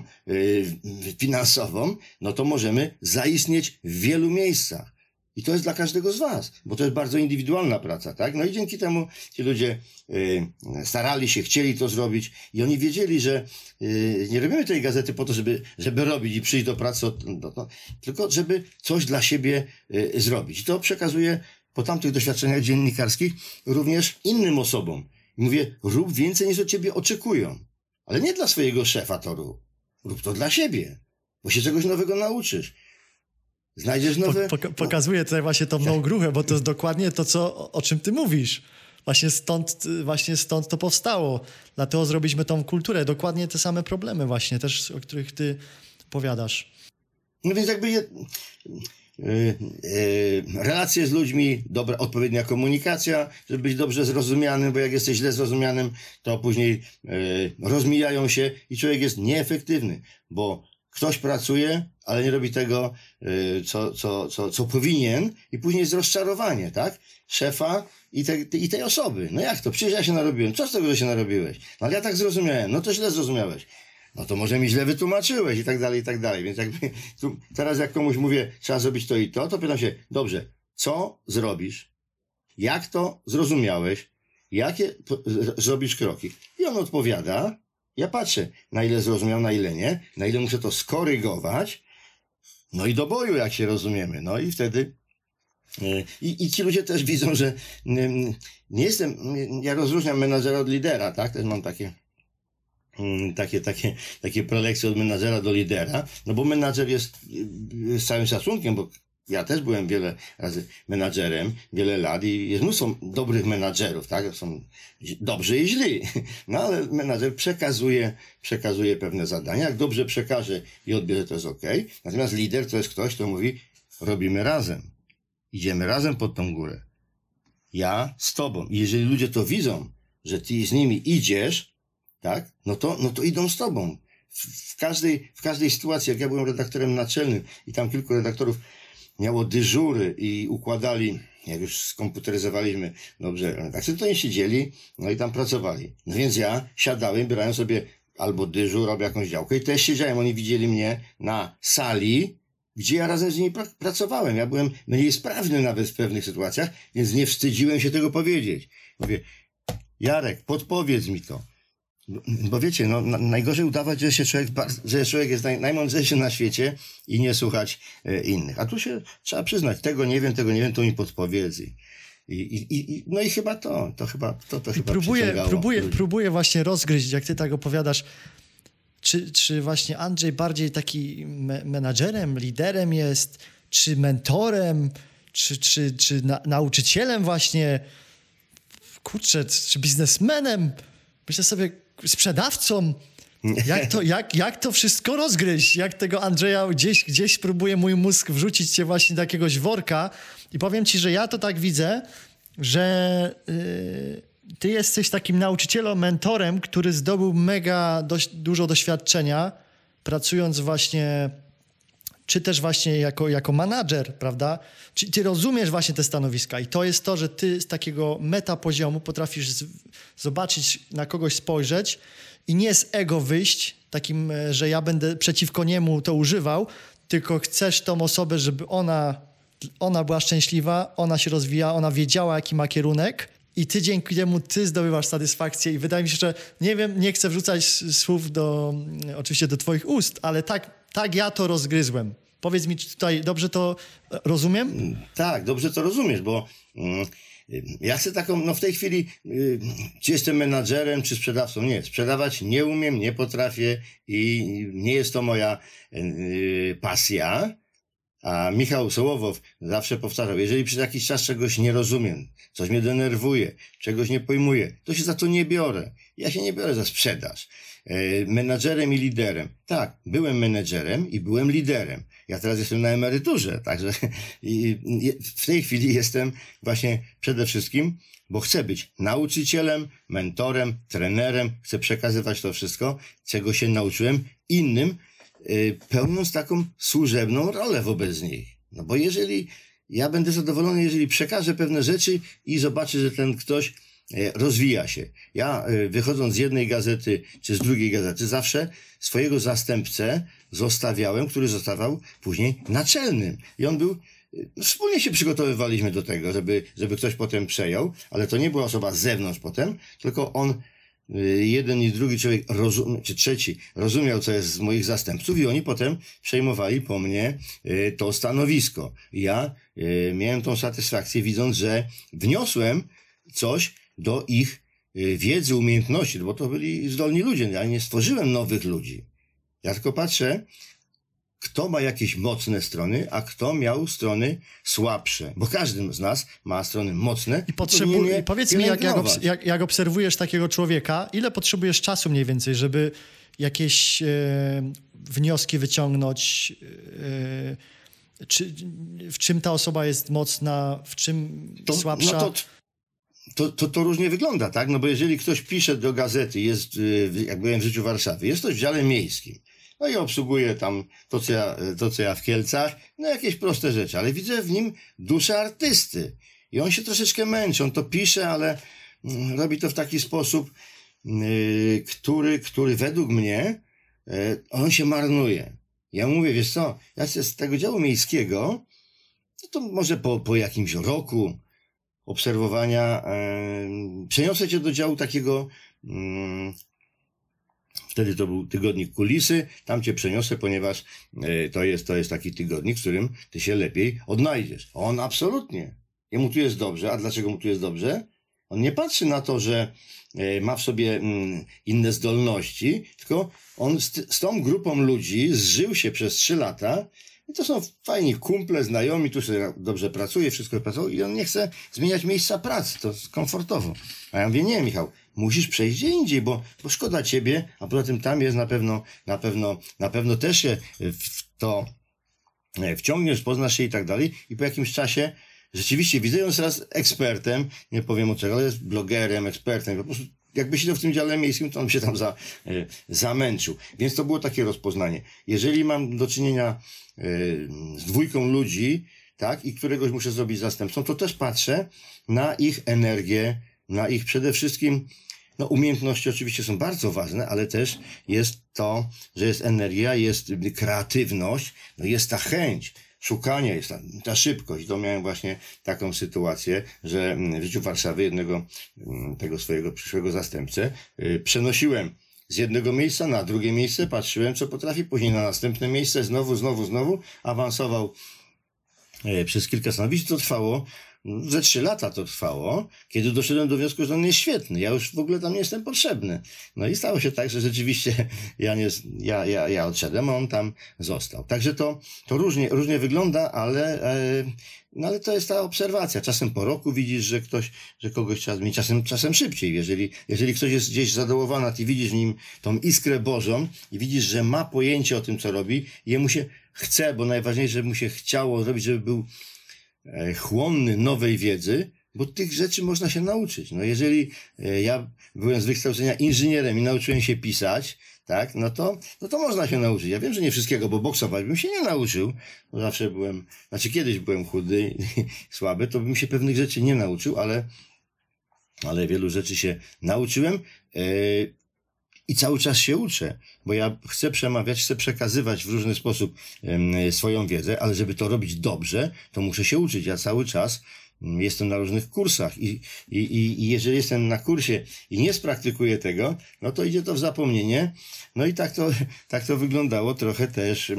finansową, no to możemy zaistnieć w wielu miejscach. I to jest dla każdego z was, bo to jest bardzo indywidualna praca, tak? No i dzięki temu ci ludzie starali się, chcieli to zrobić i oni wiedzieli, że nie robimy tej gazety po to, żeby robić i przyjść do pracy, tylko żeby coś dla siebie zrobić. I to przekazuję po tamtych doświadczeniach dziennikarskich również innym osobom. I mówię, rób więcej niż od ciebie oczekują. Ale nie dla swojego szefa to rób. Rób to dla siebie, bo się czegoś nowego nauczysz. Znajdziesz nowe...
Pokazuję tutaj właśnie tą mną gruchę, bo to jest dokładnie to, o czym ty mówisz. Właśnie stąd to powstało. Dlatego zrobiliśmy tą kulturę. Dokładnie te same problemy właśnie też, o których ty opowiadasz.
No więc jakby relacje z ludźmi, dobra, odpowiednia komunikacja, żeby być dobrze zrozumianym, bo jak jesteś źle zrozumianym, to później rozmijają się i człowiek jest nieefektywny, bo ktoś pracuje, ale nie robi tego, co powinien i później jest rozczarowanie, tak? Szefa i tej osoby. No jak to? Przecież ja się narobiłem. Co z tego, że się narobiłeś? No ale ja tak zrozumiałem. No to źle zrozumiałeś. No to może mi źle wytłumaczyłeś i tak dalej, i tak dalej. Więc jakby teraz jak komuś mówię, trzeba zrobić to i to pytam się, dobrze, co zrobisz? Jak to zrozumiałeś? Jakie zrobisz kroki? I on odpowiada, ja patrzę, na ile zrozumiał, na ile nie, na ile muszę to skorygować, no i do boju, jak się rozumiemy. No i wtedy i ci ludzie też widzą, że nie jestem, ja rozróżniam menadżera od lidera, tak? Też mam takie prelekcje od menadżera do lidera, no bo menadżer jest z całym szacunkiem, bo ja też byłem wiele razy menadżerem, wiele lat i jest mnóstwo dobrych menadżerów, tak? Są dobrzy i źli. No ale menadżer przekazuje pewne zadania. Jak dobrze przekaże i odbierze, to jest okej. Natomiast lider to jest ktoś, kto mówi, robimy razem. Idziemy razem pod tą górę. Ja z tobą. I jeżeli ludzie to widzą, że ty z nimi idziesz, tak? No to idą z tobą. W każdej sytuacji, jak ja byłem redaktorem naczelnym i tam kilku redaktorów miało dyżury i układali, jak już skomputeryzowaliśmy dobrze redakcję, to oni siedzieli, no i tam pracowali. No więc ja siadałem, brałem sobie albo dyżur, albo jakąś działkę i też siedziałem. Oni widzieli mnie na sali, gdzie ja razem z nimi pracowałem. Ja byłem mniej sprawny nawet w pewnych sytuacjach, więc nie wstydziłem się tego powiedzieć. Mówię, Jarek, podpowiedz mi to. Bo wiecie, no, najgorzej udawać, że człowiek jest najmądrzejszy na świecie i nie słuchać innych. A tu się trzeba przyznać, tego nie wiem, to mi podpowiedz. No i chyba to chyba
próbuję właśnie rozgryźć, jak ty tak opowiadasz, czy właśnie Andrzej bardziej taki menadżerem, liderem jest, czy mentorem, czy nauczycielem właśnie, kurczę, czy biznesmenem, myślę sobie, sprzedawcą. Jak to wszystko rozgryźć? Jak tego Andrzeja gdzieś próbuje mój mózg wrzucić cię właśnie do jakiegoś worka i powiem ci, że ja to tak widzę, że ty jesteś takim nauczycielem, mentorem, który zdobył dość dużo doświadczenia, pracując właśnie, czy też właśnie jako menadżer, prawda? Czy ty rozumiesz właśnie te stanowiska i to jest to, że ty z takiego metapoziomu potrafisz zobaczyć, na kogoś spojrzeć i nie z ego wyjść, takim, że ja będę przeciwko niemu to używał, tylko chcesz tą osobę, żeby ona była szczęśliwa, ona się rozwijała, ona wiedziała, jaki ma kierunek i ty dzięki temu zdobywasz satysfakcję i wydaje mi się, że nie wiem, nie chcę wrzucać słów oczywiście do twoich ust, ale tak ja to rozgryzłem. Powiedz mi, czy tutaj dobrze to rozumiem?
Tak, dobrze to rozumiesz, bo ja chcę taką, no w tej chwili, czy jestem menadżerem, czy sprzedawcą? Nie, sprzedawać nie umiem, nie potrafię i nie jest to moja pasja. A Michał Sołowow zawsze powtarzał, jeżeli przez jakiś czas czegoś nie rozumiem, coś mnie denerwuje, czegoś nie pojmuję, to się za to nie biorę. Ja się nie biorę za sprzedaż. Menadżerem i liderem. Tak, byłem menedżerem i byłem liderem. Ja teraz jestem na emeryturze, także w tej chwili jestem właśnie przede wszystkim, bo chcę być nauczycielem, mentorem, trenerem, chcę przekazywać to wszystko, czego się nauczyłem innym, pełniąc taką służebną rolę wobec nich. No bo jeżeli ja będę zadowolony, jeżeli przekażę pewne rzeczy i zobaczę, że ten ktoś rozwija się. Ja wychodząc z jednej gazety czy z drugiej gazety zawsze swojego zastępcę zostawiałem, który zostawał później naczelnym. I on był, wspólnie się przygotowywaliśmy do tego, żeby ktoś potem przejął, ale to nie była osoba z zewnątrz potem, tylko on, jeden i drugi człowiek, czy trzeci, rozumiał, co jest z moich zastępców i oni potem przejmowali po mnie to stanowisko. I ja miałem tą satysfakcję, widząc, że wniosłem coś do ich wiedzy, umiejętności, bo to byli zdolni ludzie. Ja nie stworzyłem nowych ludzi. Ja tylko patrzę, kto ma jakieś mocne strony, a kto miał strony słabsze. Bo każdy z nas ma strony mocne.
I powiedz mi, jak obserwujesz takiego człowieka, ile potrzebujesz czasu mniej więcej, żeby jakieś wnioski wyciągnąć, w czym ta osoba jest mocna, w czym słabsza?
To różnie wygląda, tak? No bo jeżeli ktoś pisze do gazety, jest, jak byłem w Życiu Warszawy, jest ktoś w dziale miejskim, no i obsługuje tam to, co ja w Kielcach, no jakieś proste rzeczy, ale widzę w nim duszę artysty. I on się troszeczkę męczy, on to pisze, ale robi to w taki sposób, który według mnie, on się marnuje. Ja mówię, wiesz co, ja z tego działu miejskiego, no to może po jakimś roku obserwowania przeniosę cię do działu takiego, wtedy to był tygodnik Kulisy, tam cię przeniosę, ponieważ to jest taki tygodnik, w którym ty się lepiej odnajdziesz. On absolutnie. Jemu tu jest dobrze. A dlaczego mu tu jest dobrze? On nie patrzy na to, że ma w sobie inne zdolności, tylko on z tą grupą ludzi zżył się przez 3 lata i to są fajni kumple, znajomi, tu sobie dobrze pracuje, wszystko pracuje i on nie chce zmieniać miejsca pracy, to jest komfortowo. A ja mówię, nie Michał, musisz przejść gdzie indziej, bo szkoda ciebie, a poza tym tam jest na pewno też się w to wciągniesz, poznasz się i tak dalej i po jakimś czasie rzeczywiście widzę ją teraz ekspertem, nie powiem o czego, ale jest blogerem, ekspertem, po prostu jakby siedział w tym dziale miejskim, to on się tam zamęczył. Więc to było takie rozpoznanie. Jeżeli mam do czynienia z 2 ludzi, tak, i któregoś muszę zrobić zastępcą, to też patrzę na ich energię, na ich przede wszystkim, no umiejętności oczywiście są bardzo ważne, ale też jest to, że jest energia, jest kreatywność, no jest ta chęć szukania, jest ta szybkość. To miałem właśnie taką sytuację, że w Życiu Warszawy jednego tego swojego przyszłego zastępcę przenosiłem z jednego miejsca na drugie miejsce, patrzyłem co potrafi, później na następne miejsce, znowu awansował przez kilka stanowisk. To trwało, ze 3 lata to trwało, kiedy doszedłem do wniosku, że on jest świetny. Ja już w ogóle tam nie jestem potrzebny. No i stało się tak, że rzeczywiście ja odszedłem, a on tam został. Także to różnie wygląda, ale to jest ta obserwacja. Czasem po roku widzisz, że kogoś trzeba zmienić, czasem szybciej. Jeżeli ktoś jest gdzieś zadołowany, a ty widzisz w nim tą iskrę Bożą i widzisz, że ma pojęcie o tym, co robi, i jemu się chce, bo najważniejsze, żeby mu się chciało zrobić, żeby był chłonny nowej wiedzy, bo tych rzeczy można się nauczyć. No jeżeli ja byłem z wykształcenia inżynierem i nauczyłem się pisać, tak, no to można się nauczyć. Ja wiem, że nie wszystkiego, bo boksować bym się nie nauczył, bo zawsze kiedyś byłem chudy i słaby, to bym się pewnych rzeczy nie nauczył, ale wielu rzeczy się nauczyłem i cały czas się uczę, bo ja chcę przemawiać, chcę przekazywać w różny sposób swoją wiedzę, ale żeby to robić dobrze, to muszę się uczyć. Ja cały czas jestem na różnych kursach i jeżeli jestem na kursie i nie spraktykuję tego, no to idzie to w zapomnienie. No i tak to wyglądało trochę też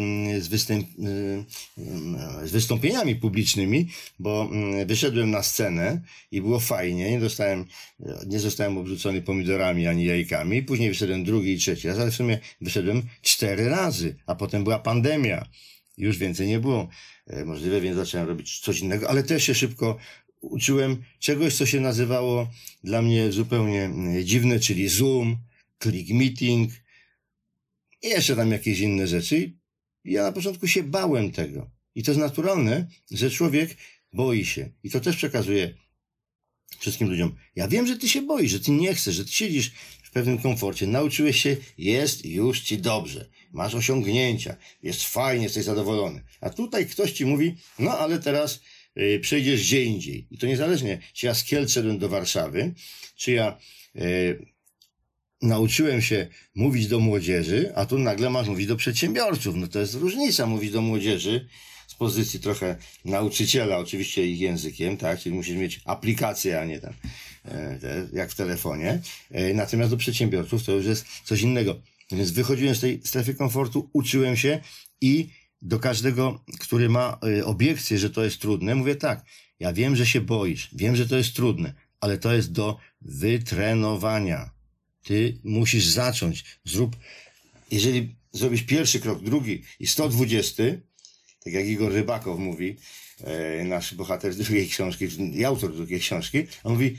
z wystąpieniami publicznymi, bo wyszedłem na scenę i było fajnie, nie zostałem obrzucony pomidorami ani jajkami, później wyszedłem 2. i 3. raz, ale w sumie wyszedłem 4 razy, a potem była pandemia. Już więcej nie było możliwe, więc zacząłem robić coś innego, ale też się szybko uczyłem czegoś, co się nazywało dla mnie zupełnie dziwne, czyli Zoom, Click Meeting i jeszcze tam jakieś inne rzeczy. Ja na początku się bałem tego. I to jest naturalne, że człowiek boi się. I to też przekazuję wszystkim ludziom. Ja wiem, że ty się boisz, że ty nie chcesz, że ty siedzisz w pewnym komforcie, nauczyłeś się, jest już ci dobrze, masz osiągnięcia, jest fajnie, jesteś zadowolony. A tutaj ktoś ci mówi, no ale teraz przejdziesz gdzie indziej. I to niezależnie, czy ja z Kielc szedłem do Warszawy, czy ja nauczyłem się mówić do młodzieży, a tu nagle masz mówić do przedsiębiorców. No to jest różnica mówić do młodzieży z pozycji trochę nauczyciela, oczywiście ich językiem, tak, czyli musisz mieć aplikację, a nie tam jak w telefonie. Natomiast do przedsiębiorców to już jest coś innego. Więc wychodziłem z tej strefy komfortu, uczyłem się i do każdego, który ma obiekcję, że to jest trudne, mówię tak, ja wiem, że się boisz, wiem, że to jest trudne, ale to jest do wytrenowania. Ty musisz zacząć. Jeżeli zrobisz pierwszy krok, drugi i 120, tak jak Igor Rybakow mówi, nasz bohater z drugiej książki, i autor drugiej książki, on mówi,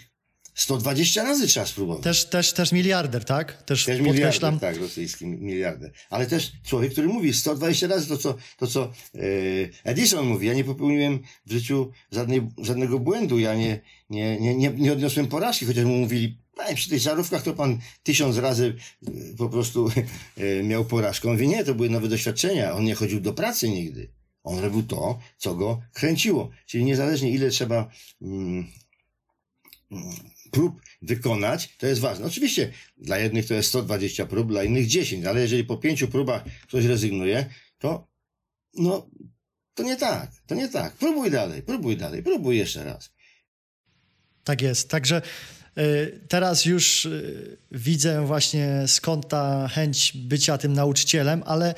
120 razy trzeba spróbować.
Też miliarder, tak? Też
miliarder, tak, rosyjski miliarder. Ale też człowiek, który mówi 120 razy to, co Edison mówi. Ja nie popełniłem w życiu żadnego błędu. Ja nie odniosłem porażki, chociaż mu mówili, przy tych żarówkach to pan 1000 razy po prostu miał porażkę. On mówi, nie, to były nowe doświadczenia. On nie chodził do pracy nigdy. On robił to, co go kręciło. Czyli niezależnie ile trzeba prób wykonać, to jest ważne. Oczywiście dla jednych to jest 120 prób, dla innych 10, ale jeżeli po 5 próbach ktoś rezygnuje, to nie tak. Próbuj jeszcze raz.
Tak jest. Także teraz już widzę właśnie skąd ta chęć bycia tym nauczycielem, ale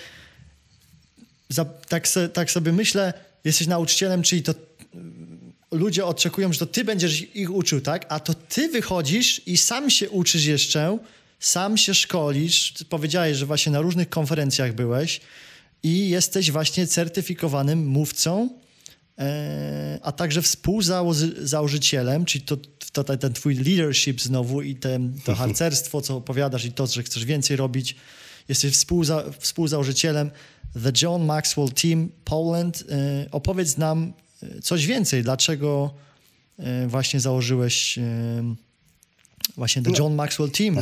tak sobie myślę, jesteś nauczycielem, czyli to ludzie oczekują, że to ty będziesz ich uczył, tak? A to ty wychodzisz i sam się uczysz jeszcze, sam się szkolisz. Ty powiedziałeś, że właśnie na różnych konferencjach byłeś i jesteś właśnie certyfikowanym mówcą, a także współzałożycielem, czyli ten twój leadership znowu i to harcerstwo, co opowiadasz i to, że chcesz więcej robić. Jesteś współzałożycielem The John Maxwell Team Poland. Opowiedz nam coś więcej. Dlaczego właśnie założyłeś właśnie The John Maxwell Team?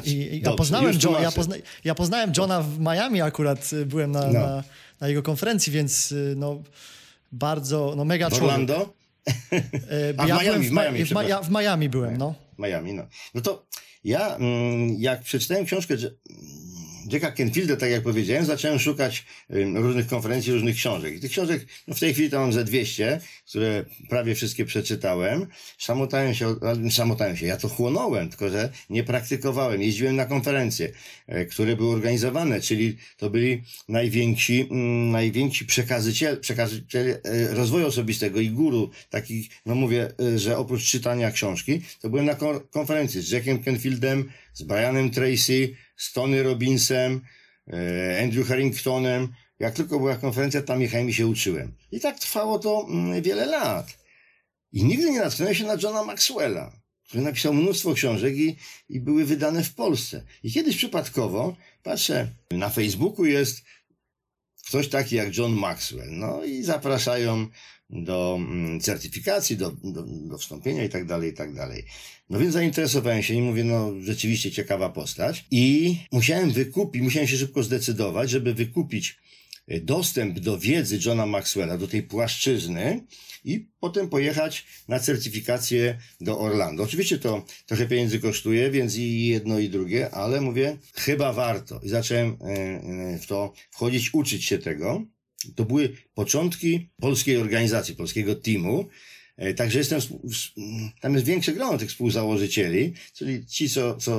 Ja poznałem Johna w Miami akurat. Byłem na jego konferencji, więc bardzo, mega człowiek.
Orlando?
W Miami byłem,
Miami, No to ja, jak przeczytałem książkę Jacka Canfielda, tak jak powiedziałem, zacząłem szukać różnych konferencji, różnych książek. I tych książek, w tej chwili to mam ze 200, które prawie wszystkie przeczytałem. Szamotałem się. Ja to chłonąłem, tylko że nie praktykowałem. Jeździłem na konferencje, które były organizowane, czyli to byli najwięksi przekaziciele rozwoju osobistego i guru takich, mówię, że oprócz czytania książki, to byłem na konferencji z Jackiem Canfieldem, z Brianem Tracy, z Tony Robbinsem, Andrew Harringtonem. Jak tylko była konferencja, tam jechałem i się uczyłem. I tak trwało to wiele lat. I nigdy nie natknąłem się na Johna Maxwella, który napisał mnóstwo książek i były wydane w Polsce. I kiedyś przypadkowo patrzę, na Facebooku jest ktoś taki jak John Maxwell. I zapraszają do certyfikacji, do wstąpienia i tak dalej, i tak dalej. Więc zainteresowałem się i mówię, rzeczywiście ciekawa postać. I musiałem się szybko zdecydować, żeby wykupić dostęp do wiedzy Johna Maxwella, do tej płaszczyzny i potem pojechać na certyfikację do Orlando. Oczywiście to trochę pieniędzy kosztuje, więc i jedno i drugie, ale mówię, chyba warto. I zacząłem w to wchodzić, uczyć się tego. To były początki polskiej organizacji, polskiego teamu. Także tam jest większe grono tych współzałożycieli, czyli ci,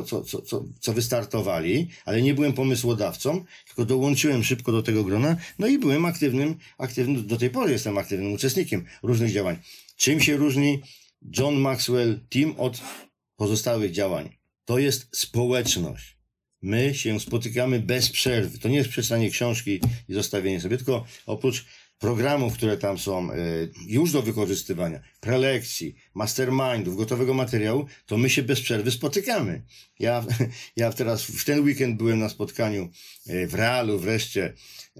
co wystartowali, ale nie byłem pomysłodawcą, tylko dołączyłem szybko do tego grona, i byłem aktywnym, do tej pory jestem aktywnym uczestnikiem różnych działań. Czym się różni John Maxwell Team od pozostałych działań? To jest społeczność. My się spotykamy bez przerwy. To nie jest przeczytanie książki i zostawienie sobie, tylko oprócz programów, które tam są już do wykorzystywania, prelekcji, mastermindów, gotowego materiału, to my się bez przerwy spotykamy. Ja teraz w ten weekend byłem na spotkaniu w Realu wreszcie,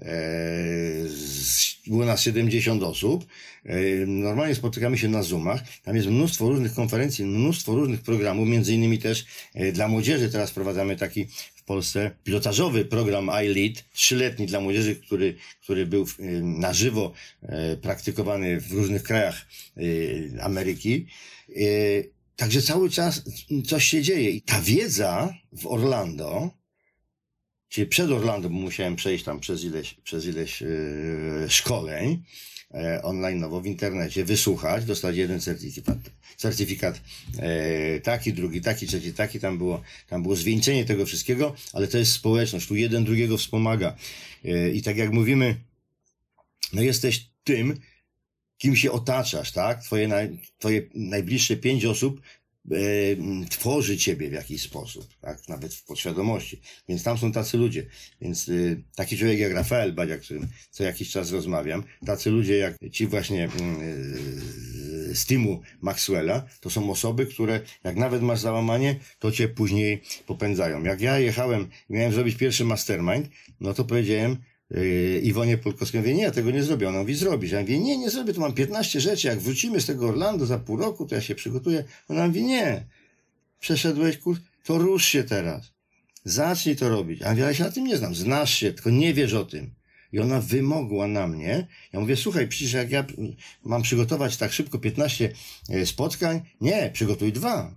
było nas 70 osób. Normalnie spotykamy się na Zoomach. Tam jest mnóstwo różnych konferencji, mnóstwo różnych programów, między innymi też dla młodzieży. Teraz prowadzamy taki w Polsce pilotażowy program iLead, 3-letni dla młodzieży, który był na żywo praktykowany w różnych krajach Ameryki. Także cały czas coś się dzieje. I ta wiedza w Orlando, czyli przed Orlando, bo musiałem przejść tam przez ileś szkoleń online'owo w internecie, wysłuchać, dostać jeden certyfikat taki, drugi taki, trzeci taki, tam było zwieńczenie tego wszystkiego, ale to jest społeczność, tu jeden drugiego wspomaga. I tak jak mówimy, jesteś tym, kim się otaczasz, tak? Twoje najbliższe 5 osób tworzy ciebie w jakiś sposób, tak? Nawet w podświadomości. Więc tam są tacy ludzie. Więc taki człowiek jak Rafael Badzia, którym co jakiś czas rozmawiam, tacy ludzie jak ci właśnie z teamu Maxwella, to są osoby, które jak nawet masz załamanie, to cię później popędzają. Jak ja jechałem i miałem zrobić pierwszy mastermind, no to powiedziałem Iwonie Polkowskiej, mówię, nie, ja tego nie zrobię. Ona mówi, zrobisz. Ja mówię, nie zrobię, tu mam 15 rzeczy, jak wrócimy z tego Orlando za pół roku, to ja się przygotuję. Ona mówi, nie, przeszedłeś kurs, to rusz się teraz. Zacznij to robić. A ja mówię, ja się na tym nie znam, znasz się, tylko nie wiesz o tym. I ona wymogła na mnie. Ja mówię, słuchaj, przecież jak ja mam przygotować tak szybko 15 spotkań, nie, przygotuj 2.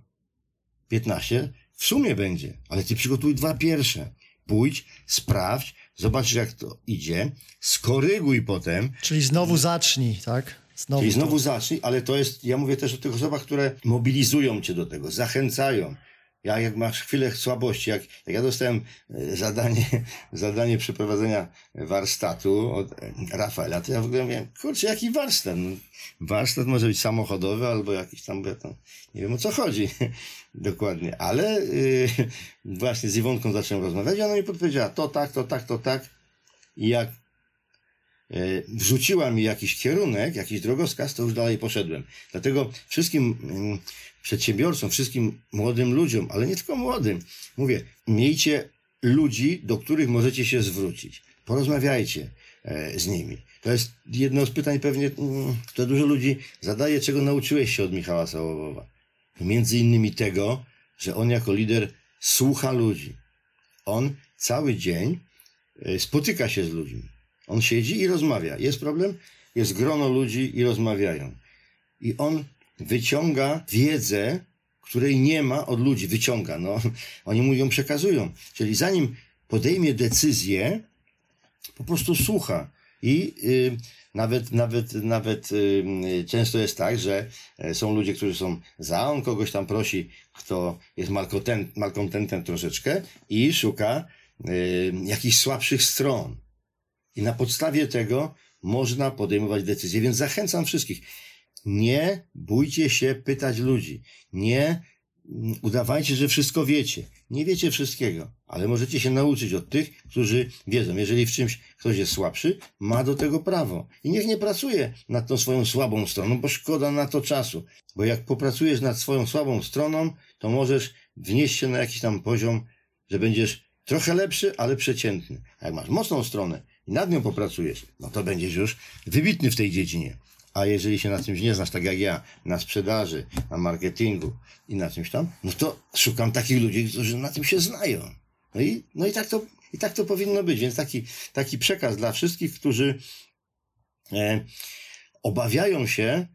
15 w sumie będzie, ale ty przygotuj 2 pierwsze. Pójdź, sprawdź, zobacz jak to idzie, skoryguj potem.
Czyli znowu zacznij, tak?
Znowu zacznij, ale to jest, ja mówię też o tych osobach, które mobilizują cię do tego, zachęcają. Jak masz chwilę słabości, jak ja dostałem zadanie przeprowadzenia warsztatu od Rafaela, to ja w ogóle mówiłem, kurczę, jaki warsztat? No, warsztat może być samochodowy albo jakiś tam, nie wiem o co chodzi dokładnie, ale właśnie z Iwonką zacząłem rozmawiać i ona mi podpowiedziała to tak i jak wrzuciła mi jakiś kierunek, jakiś drogowskaz, to już dalej poszedłem. Dlatego wszystkim przedsiębiorcom, wszystkim młodym ludziom, ale nie tylko młodym, mówię, miejcie ludzi, do których możecie się zwrócić. Porozmawiajcie z nimi. To jest jedno z pytań pewnie, które dużo ludzi zadaje, czego nauczyłeś się od Michała Sołowowa. Między innymi tego, że on jako lider słucha ludzi. On cały dzień spotyka się z ludźmi. On siedzi i rozmawia. Jest problem? Jest grono ludzi i rozmawiają. I on wyciąga wiedzę, której nie ma od ludzi. Wyciąga. No, oni mu ją przekazują. Czyli zanim podejmie decyzję, po prostu słucha. I nawet często jest tak, że są ludzie, którzy są za, on kogoś tam prosi, kto jest malkontentem troszeczkę i szuka jakichś słabszych stron. I na podstawie tego można podejmować decyzje, więc zachęcam wszystkich. Nie bójcie się pytać ludzi. Nie udawajcie, że wszystko wiecie. Nie wiecie wszystkiego, ale możecie się nauczyć od tych, którzy wiedzą. Jeżeli w czymś ktoś jest słabszy, ma do tego prawo. I niech nie pracuje nad tą swoją słabą stroną, bo szkoda na to czasu. Bo jak popracujesz nad swoją słabą stroną, to możesz wnieść się na jakiś tam poziom, że będziesz trochę lepszy, ale przeciętny. A jak masz mocną stronę i nad nią popracujesz, no to będziesz już wybitny w tej dziedzinie. A jeżeli się na czymś nie znasz, tak jak ja, na sprzedaży, na marketingu i na czymś tam, no to szukam takich ludzi, którzy na tym się znają. No i tak to powinno być. Więc taki przekaz dla wszystkich, którzy obawiają się,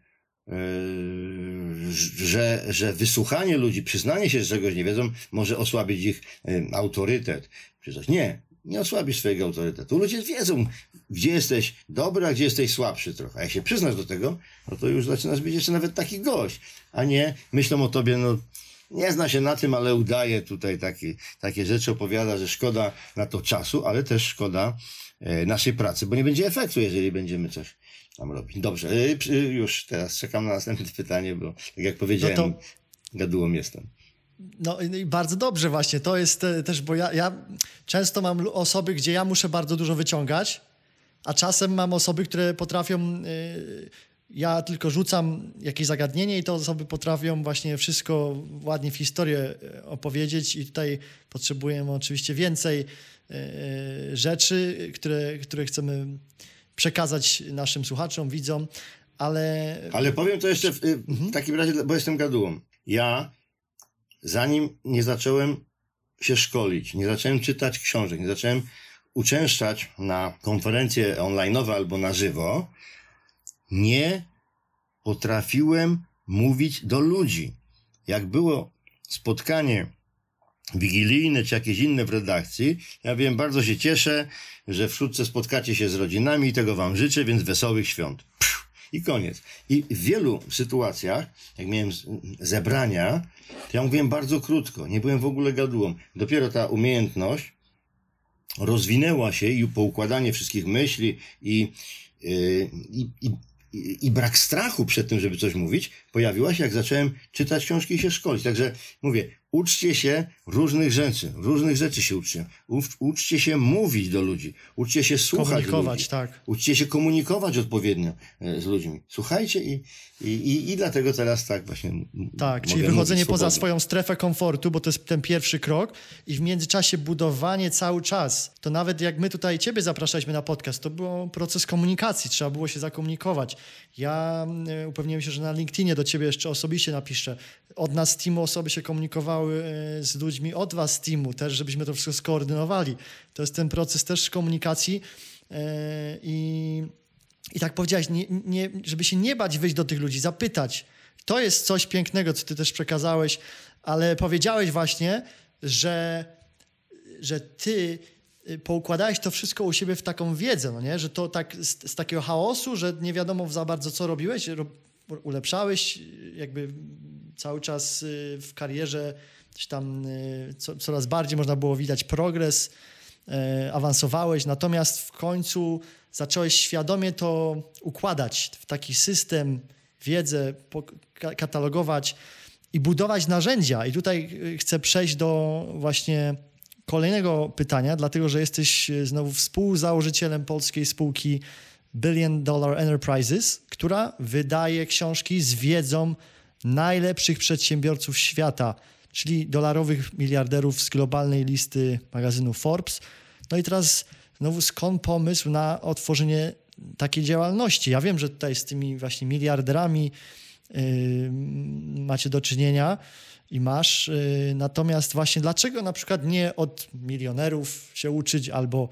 że wysłuchanie ludzi, przyznanie się, że czegoś nie wiedzą, może osłabić ich autorytet. Czy coś. Nie osłabisz swojego autorytetu. Ludzie wiedzą, gdzie jesteś dobry, a gdzie jesteś słabszy trochę. A jak się przyznasz do tego, no to już zaczynasz być jeszcze nawet taki gość, a nie myślą o tobie, no nie zna się na tym, ale udaje tutaj takie rzeczy, opowiada, że szkoda na to czasu, ale też szkoda naszej pracy, bo nie będzie efektu, jeżeli będziemy coś tam robić. Dobrze, już teraz czekam na następne pytanie, bo tak jak powiedziałem, no to gadułą jestem.
No i bardzo dobrze właśnie, to jest też, bo ja często mam osoby, gdzie ja muszę bardzo dużo wyciągać, a czasem mam osoby, które potrafią, ja tylko rzucam jakieś zagadnienie i te osoby potrafią właśnie wszystko ładnie w historię opowiedzieć i tutaj potrzebujemy oczywiście więcej rzeczy, które chcemy przekazać naszym słuchaczom, widzom, ale powiem to jeszcze w takim razie, bo jestem gadułą. Ja zanim nie zacząłem się szkolić, nie zacząłem czytać książek, nie zacząłem uczęszczać na konferencje online'owe albo na żywo, nie potrafiłem mówić do ludzi. Jak było spotkanie wigilijne czy jakieś inne w redakcji, ja wiem, bardzo się cieszę, że wkrótce spotkacie się z rodzinami i tego wam życzę, więc wesołych świąt. I koniec. I w wielu sytuacjach, jak miałem zebrania, to ja mówiłem bardzo krótko, nie byłem w ogóle gadułą. Dopiero ta umiejętność rozwinęła się i poukładanie wszystkich myśli i brak strachu przed tym, żeby coś mówić, pojawiła się, jak zacząłem czytać książki i się szkolić. Także mówię,
Uczcie się różnych rzeczy się uczcie. Uczcie się mówić do ludzi, uczcie się słuchać
Komunikować,
ludzi.
tak.
Uczcie się komunikować odpowiednio z ludźmi. Słuchajcie i dlatego teraz tak właśnie
Tak, czyli
mogę
wychodzenie
mówić
poza
swobodnie.
swoją strefę komfortu, bo to jest ten pierwszy krok i w międzyczasie budowanie cały czas. To nawet jak my tutaj ciebie zapraszaliśmy na podcast, to był proces komunikacji, trzeba było się zakomunikować. Ja upewniłem się, że na LinkedInie do ciebie jeszcze osobiście napiszę. Od nas z teamu osoby się komunikowały z ludźmi, od was z teamu też, żebyśmy to wszystko skoordynowali. To jest ten proces też komunikacji i tak powiedziałeś, żeby się nie bać wyjść do tych ludzi, zapytać. To jest coś pięknego, co ty też przekazałeś, ale powiedziałeś właśnie, że ty poukładałeś to wszystko u siebie w taką wiedzę, no nie? Że to tak z takiego chaosu, że nie wiadomo za bardzo, co robiłeś, ulepszałeś jakby cały czas w karierze, gdzieś tam coraz bardziej można było widać progres, awansowałeś, natomiast w końcu zacząłeś świadomie to układać w taki system, wiedzę, katalogować i budować narzędzia. I tutaj chcę przejść do właśnie kolejnego pytania, dlatego że jesteś znowu współzałożycielem polskiej spółki Billion Dollar Enterprises, która wydaje książki z wiedzą najlepszych przedsiębiorców świata, czyli dolarowych miliarderów z globalnej listy magazynu Forbes. No i teraz znowu skąd pomysł na otworzenie takiej działalności? Ja wiem, że tutaj z tymi właśnie miliarderami macie do czynienia i masz, natomiast właśnie dlaczego na przykład nie od milionerów się uczyć albo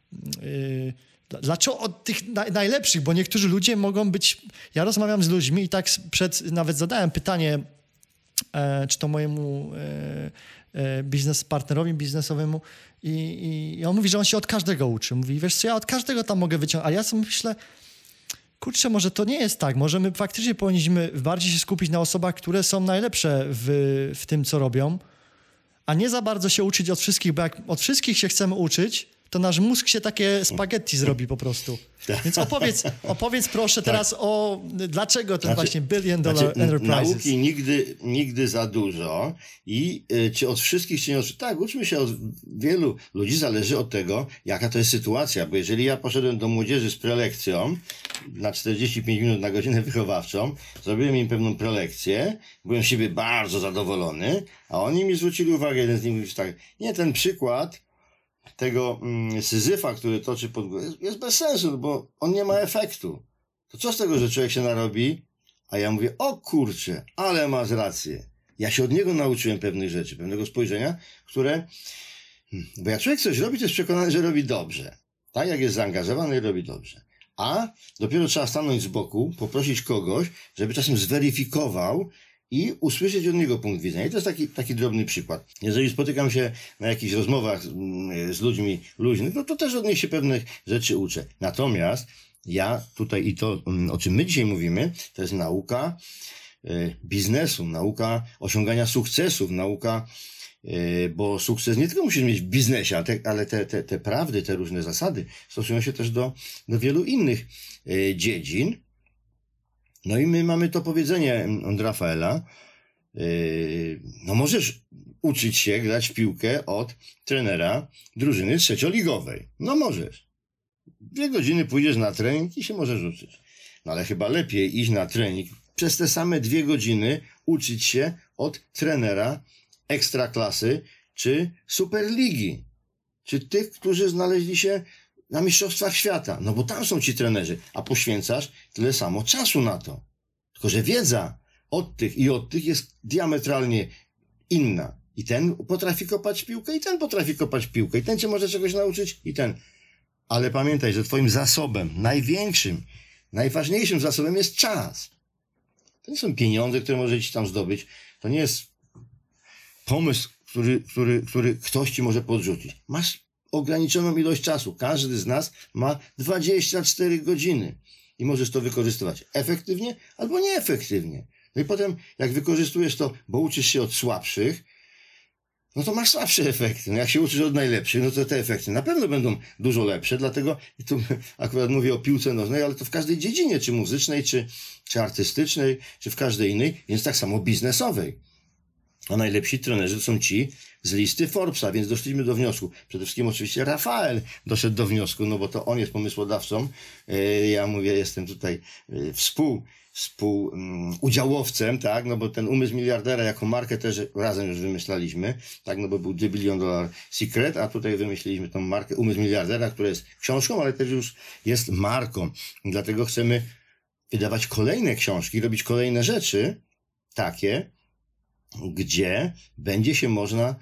dlaczego od tych najlepszych, bo niektórzy ludzie mogą być... Ja rozmawiam z ludźmi i tak nawet zadałem pytanie, czy to mojemu partnerowi biznesowemu i on mówi, że on się od każdego uczy. Mówi, wiesz co, ja od każdego tam mogę wyciągnąć. A ja sobie myślę, kurczę, może to nie jest tak. Może my faktycznie powinniśmy bardziej się skupić na osobach, które są najlepsze w tym, co robią, a nie za bardzo się uczyć od wszystkich, bo jak od wszystkich się chcemy uczyć, to nasz mózg się takie spaghetti zrobi po prostu. Więc opowiedz proszę teraz o dlaczego ten właśnie Billion Dollar Enterprises.
Nauki nigdy za dużo i czy od wszystkich się nie uczy. Tak, uczmy się od wielu ludzi, zależy od tego, jaka to jest sytuacja, bo jeżeli ja poszedłem do młodzieży z prelekcją na 45 minut na godzinę wychowawczą, zrobiłem im pewną prelekcję, byłem z siebie bardzo zadowolony, a oni mi zwrócili uwagę, jeden z nich mówi tak, nie, ten przykład tego Syzyfa, który toczy pod górę, jest bez sensu, bo on nie ma efektu. To co z tego, że człowiek się narobi? A ja mówię, o kurczę, ale masz rację. Ja się od niego nauczyłem pewnych rzeczy, pewnego spojrzenia, które... Bo jak człowiek coś robi, to jest przekonany, że robi dobrze. Tak? Jak jest zaangażowany, robi dobrze. A dopiero trzeba stanąć z boku, poprosić kogoś, żeby czasem zweryfikował i usłyszeć od niego punkt widzenia. I to jest taki drobny przykład. Jeżeli spotykam się na jakichś rozmowach z ludźmi luźnych, no to też od nich się pewnych rzeczy uczę. Natomiast ja tutaj i to, o czym my dzisiaj mówimy, to jest nauka biznesu, nauka osiągania sukcesów, nauka, bo sukces nie tylko musisz mieć w biznesie, ale te prawdy, te różne zasady stosują się też do wielu innych dziedzin. No i my mamy to powiedzenie od Rafaela, no możesz uczyć się grać w piłkę od trenera drużyny trzecioligowej. No możesz. 2 godziny pójdziesz na trening i się możesz uczyć. No ale chyba lepiej iść na trening, przez te same 2 godziny uczyć się od trenera ekstraklasy czy superligi. Czy tych, którzy znaleźli się na mistrzostwach świata. No bo tam są ci trenerzy, a poświęcasz tyle samo czasu na to. Tylko że wiedza od tych jest diametralnie inna. I ten potrafi kopać piłkę, i ten potrafi kopać piłkę, i ten cię może czegoś nauczyć, i ten. Ale pamiętaj, że twoim zasobem, największym, najważniejszym zasobem jest czas. To nie są pieniądze, które możesz tam zdobyć. To nie jest pomysł, który ktoś ci może podrzucić. Masz ograniczoną ilość czasu. Każdy z nas ma 24 godziny i możesz to wykorzystywać efektywnie albo nieefektywnie. No i potem, jak wykorzystujesz to, bo uczysz się od słabszych, no to masz słabsze efekty. No jak się uczysz od najlepszych, no to te efekty na pewno będą dużo lepsze, dlatego tu akurat mówię o piłce nożnej, ale to w każdej dziedzinie, czy muzycznej, czy artystycznej, czy w każdej innej, więc tak samo biznesowej. A najlepsi trenerzy to są ci z listy Forbesa, więc doszliśmy do wniosku. Przede wszystkim oczywiście Rafael doszedł do wniosku, no bo to on jest pomysłodawcą. Ja mówię, jestem tutaj współudziałowcem, tak, no bo ten umysł miliardera jako markę też razem już wymyślaliśmy, tak, no bo był $2 Billion Secret, a tutaj wymyśliliśmy tą markę umysł miliardera, która jest książką, ale też już jest marką. I dlatego chcemy wydawać kolejne książki, robić kolejne rzeczy takie, gdzie będzie się można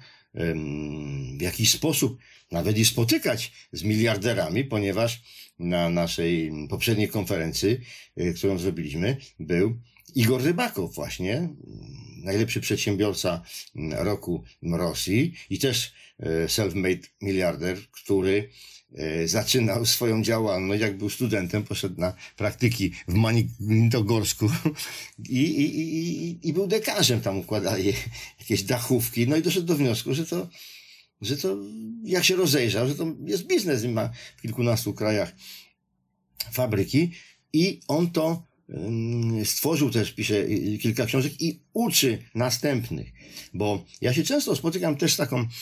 w jakiś sposób nawet i spotykać z miliarderami, ponieważ na naszej poprzedniej konferencji, którą zrobiliśmy, był Igor Rybakow właśnie, najlepszy przedsiębiorca roku Rosji i też self-made miliarder, który zaczynał swoją działalność, jak był studentem, poszedł na praktyki w Magnitogorsku i był dekarzem, tam układali jakieś dachówki, no i doszedł do wniosku, że to jak się rozejrzał, że to jest biznes, ma w kilkunastu krajach fabryki i on to stworzył też, pisze kilka książek i uczy następnych, bo ja się często spotykam też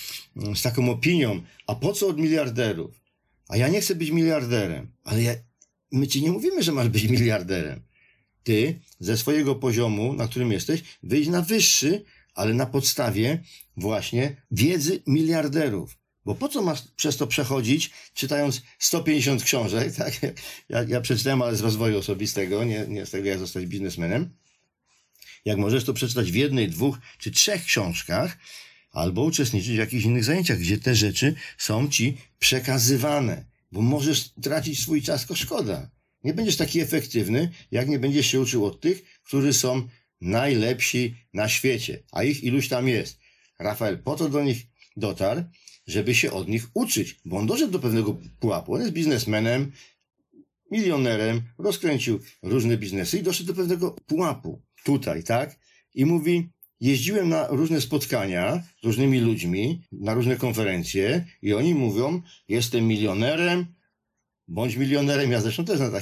z taką opinią, a po co od miliarderów? A ja nie chcę być miliarderem, ale my ci nie mówimy, że masz być miliarderem. Ty ze swojego poziomu, na którym jesteś, wyjdź na wyższy, ale na podstawie właśnie wiedzy miliarderów. Bo po co masz przez to przechodzić, czytając 150 książek, tak? Ja przeczytałem, ale z rozwoju osobistego, nie z tego, jak zostać biznesmenem. Jak możesz to przeczytać w 1, 2 czy 3 książkach, albo uczestniczyć w jakichś innych zajęciach, gdzie te rzeczy są ci przekazywane. Bo możesz tracić swój czas, tylko szkoda. Nie będziesz taki efektywny, jak nie będziesz się uczył od tych, którzy są najlepsi na świecie. A ich iluś tam jest. Rafael po to do nich dotarł, żeby się od nich uczyć. Bo on doszedł do pewnego pułapu. On jest biznesmenem, milionerem, rozkręcił różne biznesy i doszedł do pewnego pułapu. Tutaj, tak? I mówi, jeździłem na różne spotkania z różnymi ludźmi, na różne konferencje i oni mówią, jestem milionerem, bądź milionerem. Ja zresztą też na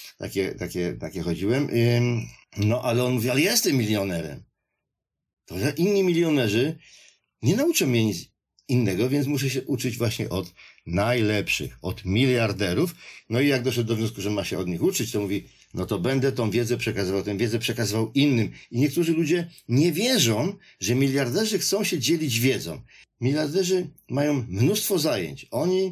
takie chodziłem. No, ale on mówi, ale jestem milionerem. To inni milionerzy nie nauczą mnie nic innego, więc muszę się uczyć właśnie od najlepszych, od miliarderów. No i jak doszedł do wniosku, że ma się od nich uczyć, to mówi, no to będę tą wiedzę przekazywał, tę wiedzę przekazywał innym. I niektórzy ludzie nie wierzą, że miliarderzy chcą się dzielić wiedzą. Miliarderzy mają mnóstwo zajęć. Oni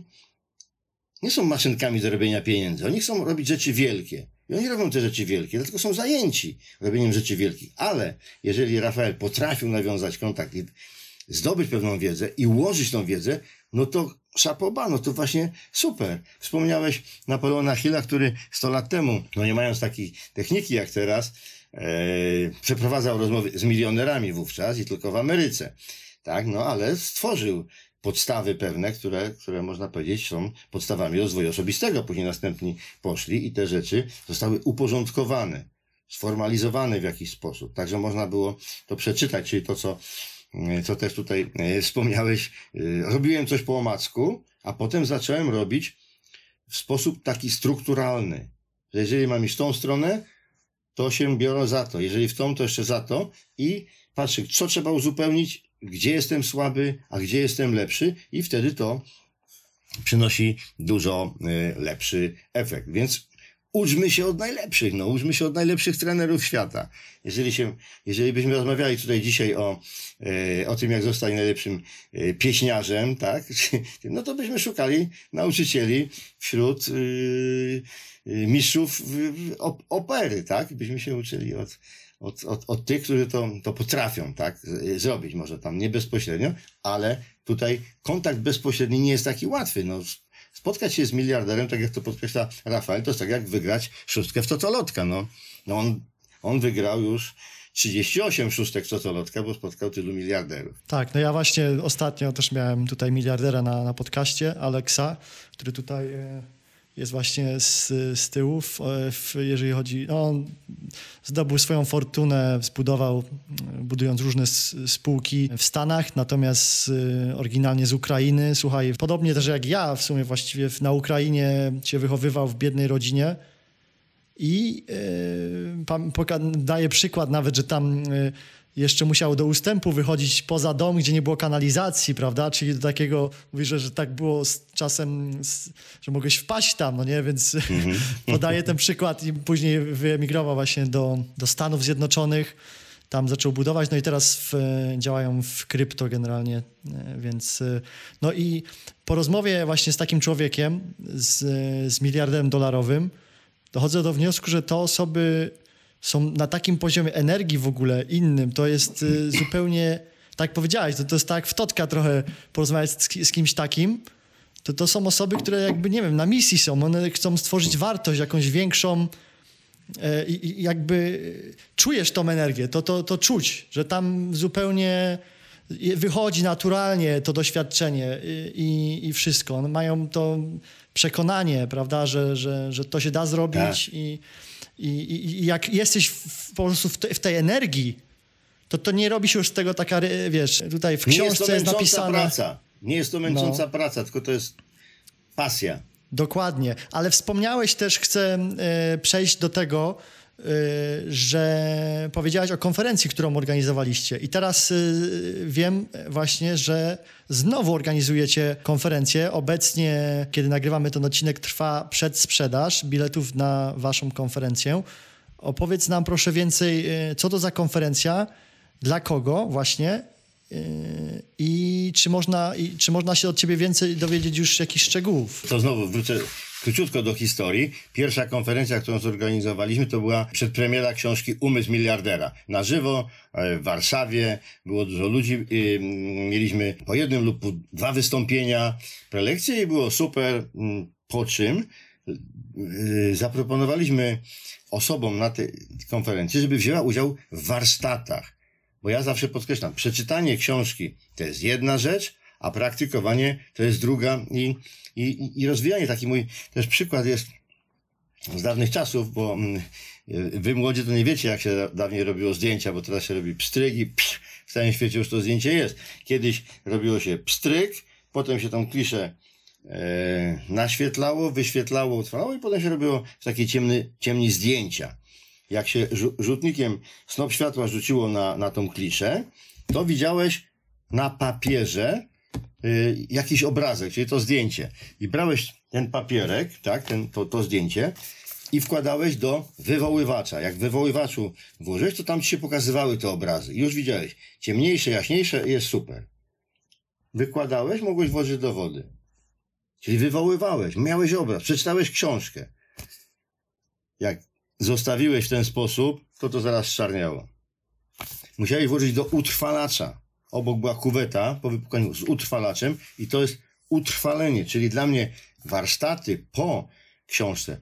nie są maszynkami do robienia pieniędzy. Oni chcą robić rzeczy wielkie. I oni robią te rzeczy wielkie, dlatego są zajęci robieniem rzeczy wielkich. Ale jeżeli Rafael potrafił nawiązać kontakt i zdobyć pewną wiedzę i ułożyć tą wiedzę, no to szapoba, no to właśnie super. Wspomniałeś Napoleona Hilla, który 100 lat temu, no nie mając takiej techniki jak teraz, przeprowadzał rozmowy z milionerami wówczas i tylko w Ameryce. Tak, no ale stworzył podstawy pewne, które można powiedzieć są podstawami rozwoju osobistego. Później następni poszli i te rzeczy zostały uporządkowane, sformalizowane w jakiś sposób. Także można było to przeczytać, czyli to, co też tutaj wspomniałeś, robiłem coś po omacku, a potem zacząłem robić w sposób taki strukturalny, że jeżeli mam iść w tą stronę, to się biorę za to, jeżeli w tą, to jeszcze za to i patrzę, co trzeba uzupełnić, gdzie jestem słaby, a gdzie jestem lepszy i wtedy to przynosi dużo lepszy efekt. Więc uczmy się od najlepszych, uczmy się od najlepszych trenerów świata. Jeżeli byśmy rozmawiali tutaj dzisiaj o tym, jak zostać najlepszym pieśniarzem, tak, no to byśmy szukali nauczycieli wśród mistrzów opery, tak, byśmy się uczyli od tych, którzy to potrafią, tak, zrobić. Może tam nie bezpośrednio, ale tutaj kontakt bezpośredni nie jest taki łatwy, spotkać się z miliarderem, tak jak to podkreśla Rafael, to jest tak jak wygrać szóstkę w totolotka, on wygrał już 38 szóstek w totolotka, bo spotkał tylu miliarderów.
Tak, ja właśnie ostatnio też miałem tutaj miliardera na podcaście, Aleksa, który tutaj jest właśnie z tyłu, jeżeli chodzi, on zdobył swoją fortunę, budując różne spółki w Stanach, natomiast oryginalnie z Ukrainy. Słuchaj, podobnie też jak ja w sumie właściwie na Ukrainie się wychowywał w biednej rodzinie i daje przykład nawet, że tam jeszcze musiał do ustępu wychodzić poza dom, gdzie nie było kanalizacji, prawda? Czyli do takiego, mówisz, że tak było z czasem, że mogłeś wpaść tam, no nie? Więc podaję ten przykład i później wyemigrował właśnie do Stanów Zjednoczonych. Tam zaczął budować, no i teraz działają w krypto generalnie, więc no i po rozmowie właśnie z takim człowiekiem, z miliarderem dolarowym, dochodzę do wniosku, że te osoby są na takim poziomie energii w ogóle innym, to jest zupełnie, tak jak powiedziałeś, to jest tak jak w Totka trochę porozmawiać z kimś takim, to są osoby, które jakby, nie wiem, na misji są, one chcą stworzyć wartość jakąś większą, i jakby czujesz tą energię, to czuć, że tam zupełnie wychodzi naturalnie to doświadczenie i wszystko. One mają to przekonanie, prawda, że to się da zrobić i jak jesteś po prostu w tej energii, to nie robi się już z tego taka, wiesz, tutaj w książce jest napisane...
Praca. Nie jest to męcząca praca, tylko to jest pasja.
Dokładnie, ale wspomniałeś też, chcę przejść do tego, że powiedziałeś o konferencji, którą organizowaliście i teraz wiem właśnie, że znowu organizujecie konferencję. Obecnie, kiedy nagrywamy ten odcinek, trwa przedsprzedaż biletów na waszą konferencję. Opowiedz nam proszę więcej, co to za konferencja, dla kogo właśnie i czy można się od ciebie więcej dowiedzieć już jakichś szczegółów?
To znowu wrócę króciutko do historii. Pierwsza konferencja, którą zorganizowaliśmy, to była przedpremiera książki Umysł miliardera. Na żywo w Warszawie, było dużo ludzi, mieliśmy po jednym lub po 2 wystąpienia, prelekcje i było super, po czym zaproponowaliśmy osobom na tej konferencji, żeby wzięła udział w warsztatach. Bo ja zawsze podkreślam, przeczytanie książki to jest jedna rzecz, a praktykowanie to jest druga i rozwijanie. Taki mój też przykład jest z dawnych czasów, bo wy młodzi to nie wiecie, jak się dawniej robiło zdjęcia, bo teraz się robi pstryk i w całym świecie już to zdjęcie jest. Kiedyś robiło się pstryk, potem się tą kliszę naświetlało, wyświetlało, utrwalało i potem się robiło w takiej ciemni zdjęcia. Jak się rzutnikiem snop światła rzuciło na tą kliszę, to widziałeś na papierze jakiś obrazek, czyli to zdjęcie. I brałeś ten papierek, tak, to zdjęcie i wkładałeś do wywoływacza. Jak w wywoływaczu włożyłeś, to tam ci się pokazywały te obrazy. I już widziałeś, ciemniejsze, jaśniejsze jest super. Wykładałeś, mogłeś włożyć do wody. Czyli wywoływałeś, miałeś obraz, przeczytałeś książkę. Jak zostawiłeś w ten sposób, to zaraz czarniało. Musiałeś włożyć do utrwalacza. Obok była kuweta po wypukaniu z utrwalaczem i to jest utrwalenie, czyli dla mnie warsztaty po książce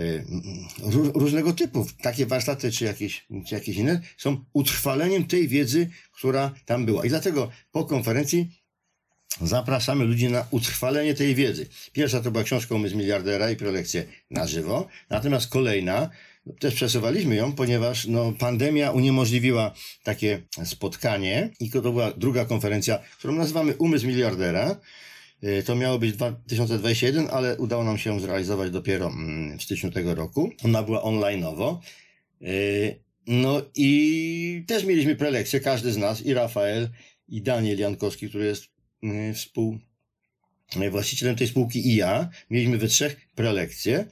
różnego typu, takie warsztaty czy jakieś inne są utrwaleniem tej wiedzy, która tam była. I dlatego po konferencji zapraszamy ludzi na utrwalenie tej wiedzy. Pierwsza to była książka Umysł miliardera i prelekcje na żywo, natomiast kolejna też przesuwaliśmy ją, ponieważ pandemia uniemożliwiła takie spotkanie i to była druga konferencja, którą nazywamy Umysł miliardera. To miało być 2021, ale udało nam się ją zrealizować dopiero w styczniu tego roku. Ona była online'owo. No i też mieliśmy prelekcje, każdy z nas, i Rafael, i Daniel Jankowski, który jest właścicielem tej spółki, i ja. Mieliśmy we 3 prelekcje.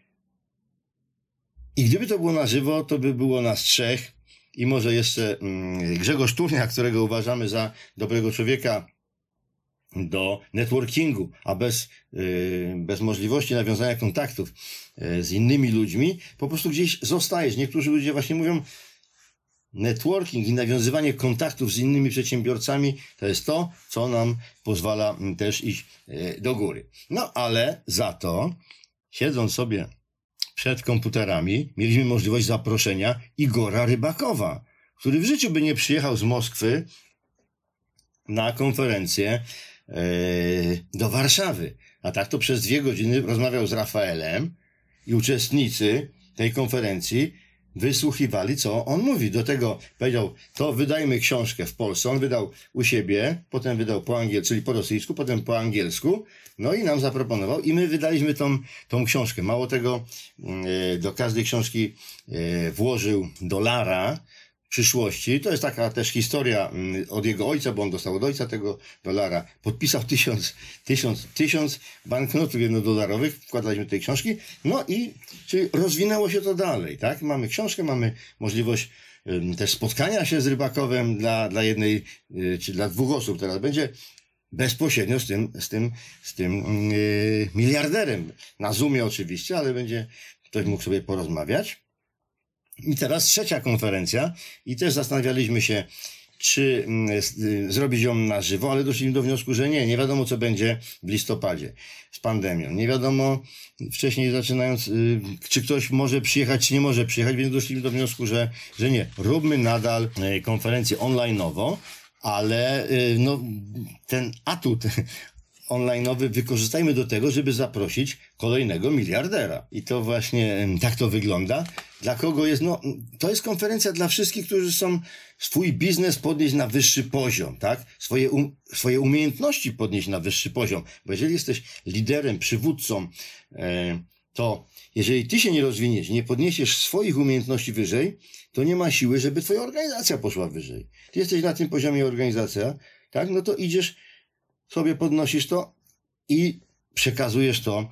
I gdyby to było na żywo, to by było nas 3 i może jeszcze Grzegorz Turnia, którego uważamy za dobrego człowieka do networkingu, a bez możliwości nawiązania kontaktów z innymi ludźmi, po prostu gdzieś zostajesz. Niektórzy ludzie właśnie mówią, networking i nawiązywanie kontaktów z innymi przedsiębiorcami to jest to, co nam pozwala też iść do góry. No ale za to, siedząc sobie przed komputerami, mieliśmy możliwość zaproszenia Igora Rybakowa, który w życiu by nie przyjechał z Moskwy na konferencję do Warszawy. A tak to przez 2 godziny rozmawiał z Rafaelem i uczestnicy tej konferencji wysłuchiwali, co on mówi. Do tego powiedział, to wydajmy książkę w Polsce. On wydał u siebie, potem wydał po angielsku, czyli po rosyjsku, potem po angielsku. No i nam zaproponował i my wydaliśmy tą książkę. Mało tego, do każdej książki włożył $1, przyszłości. To jest taka też historia od jego ojca, bo on dostał od ojca tego dolara. Podpisał 1000 banknotów jednodolarowych, wkładaliśmy tej książki. No i czyli rozwinęło się to dalej, tak? Mamy książkę, mamy możliwość też spotkania się z Rybakowem dla jednej czy dla 2 osób. Teraz będzie bezpośrednio z tym miliarderem. Na Zoomie oczywiście, ale będzie ktoś mógł sobie porozmawiać. I teraz 3. konferencja i też zastanawialiśmy się, czy zrobić ją na żywo, ale doszliśmy do wniosku, że nie wiadomo co będzie w listopadzie z pandemią. Nie wiadomo wcześniej zaczynając, czy ktoś może przyjechać, czy nie może przyjechać, więc doszliśmy do wniosku, że nie. Róbmy nadal konferencję online'owo, ale no, ten atut online'owy wykorzystajmy do tego, żeby zaprosić kolejnego miliardera. I to właśnie tak to wygląda. Dla kogo jest? No, to jest konferencja dla wszystkich, którzy są swój biznes podnieść na wyższy poziom, tak? Swoje umiejętności podnieść na wyższy poziom. Bo jeżeli jesteś liderem, przywódcą, to jeżeli ty się nie rozwiniesz, nie podniesiesz swoich umiejętności wyżej, to nie ma siły, żeby twoja organizacja poszła wyżej. Ty jesteś na tym poziomie organizacja, tak? No to idziesz sobie podnosisz to i przekazujesz to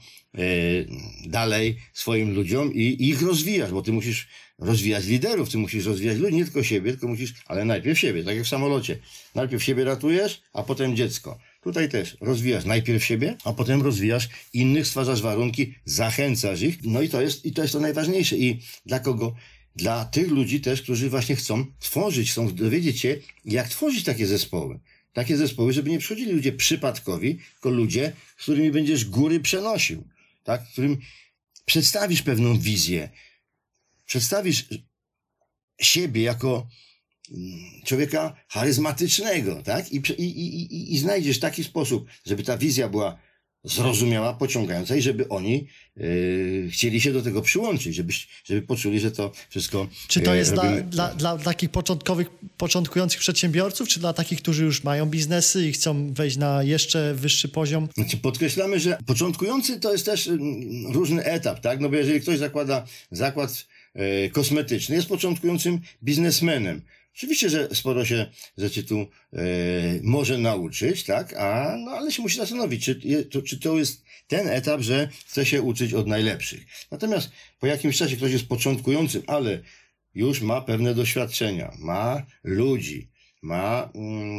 dalej swoim ludziom i ich rozwijasz, bo ty musisz rozwijać liderów, ty musisz rozwijać ludzi, nie tylko siebie, tylko musisz, ale najpierw siebie, tak jak w samolocie. Najpierw siebie ratujesz, a potem dziecko. Tutaj też rozwijasz najpierw siebie, a potem rozwijasz innych, stwarzasz warunki, zachęcasz ich, no i to jest to najważniejsze. I dla kogo? Dla tych ludzi też, którzy właśnie chcą tworzyć, chcą dowiedzieć się, jak tworzyć takie zespoły. Takie zespoły, żeby nie przychodzili ludzie przypadkowi, tylko ludzie, z którymi będziesz góry przenosił, tak? Którym przedstawisz pewną wizję, przedstawisz siebie jako człowieka charyzmatycznego, tak? I znajdziesz taki sposób, żeby ta wizja była zrozumiała, pociągająca i żeby oni chcieli się do tego przyłączyć, żeby poczuli, że to wszystko
Czy to jest dla takich początkujących przedsiębiorców, czy dla takich, którzy już mają biznesy i chcą wejść na jeszcze wyższy poziom?
Znaczy podkreślamy, że początkujący to jest też różny etap, tak? No bo jeżeli ktoś zakłada zakład kosmetyczny, jest początkującym biznesmenem. Oczywiście, że sporo się rzeczy tu może nauczyć, tak? Ale się musi zastanowić, czy to jest ten etap, że chce się uczyć od najlepszych. Natomiast po jakimś czasie ktoś jest początkującym, ale już ma pewne doświadczenia, ma ludzi, ma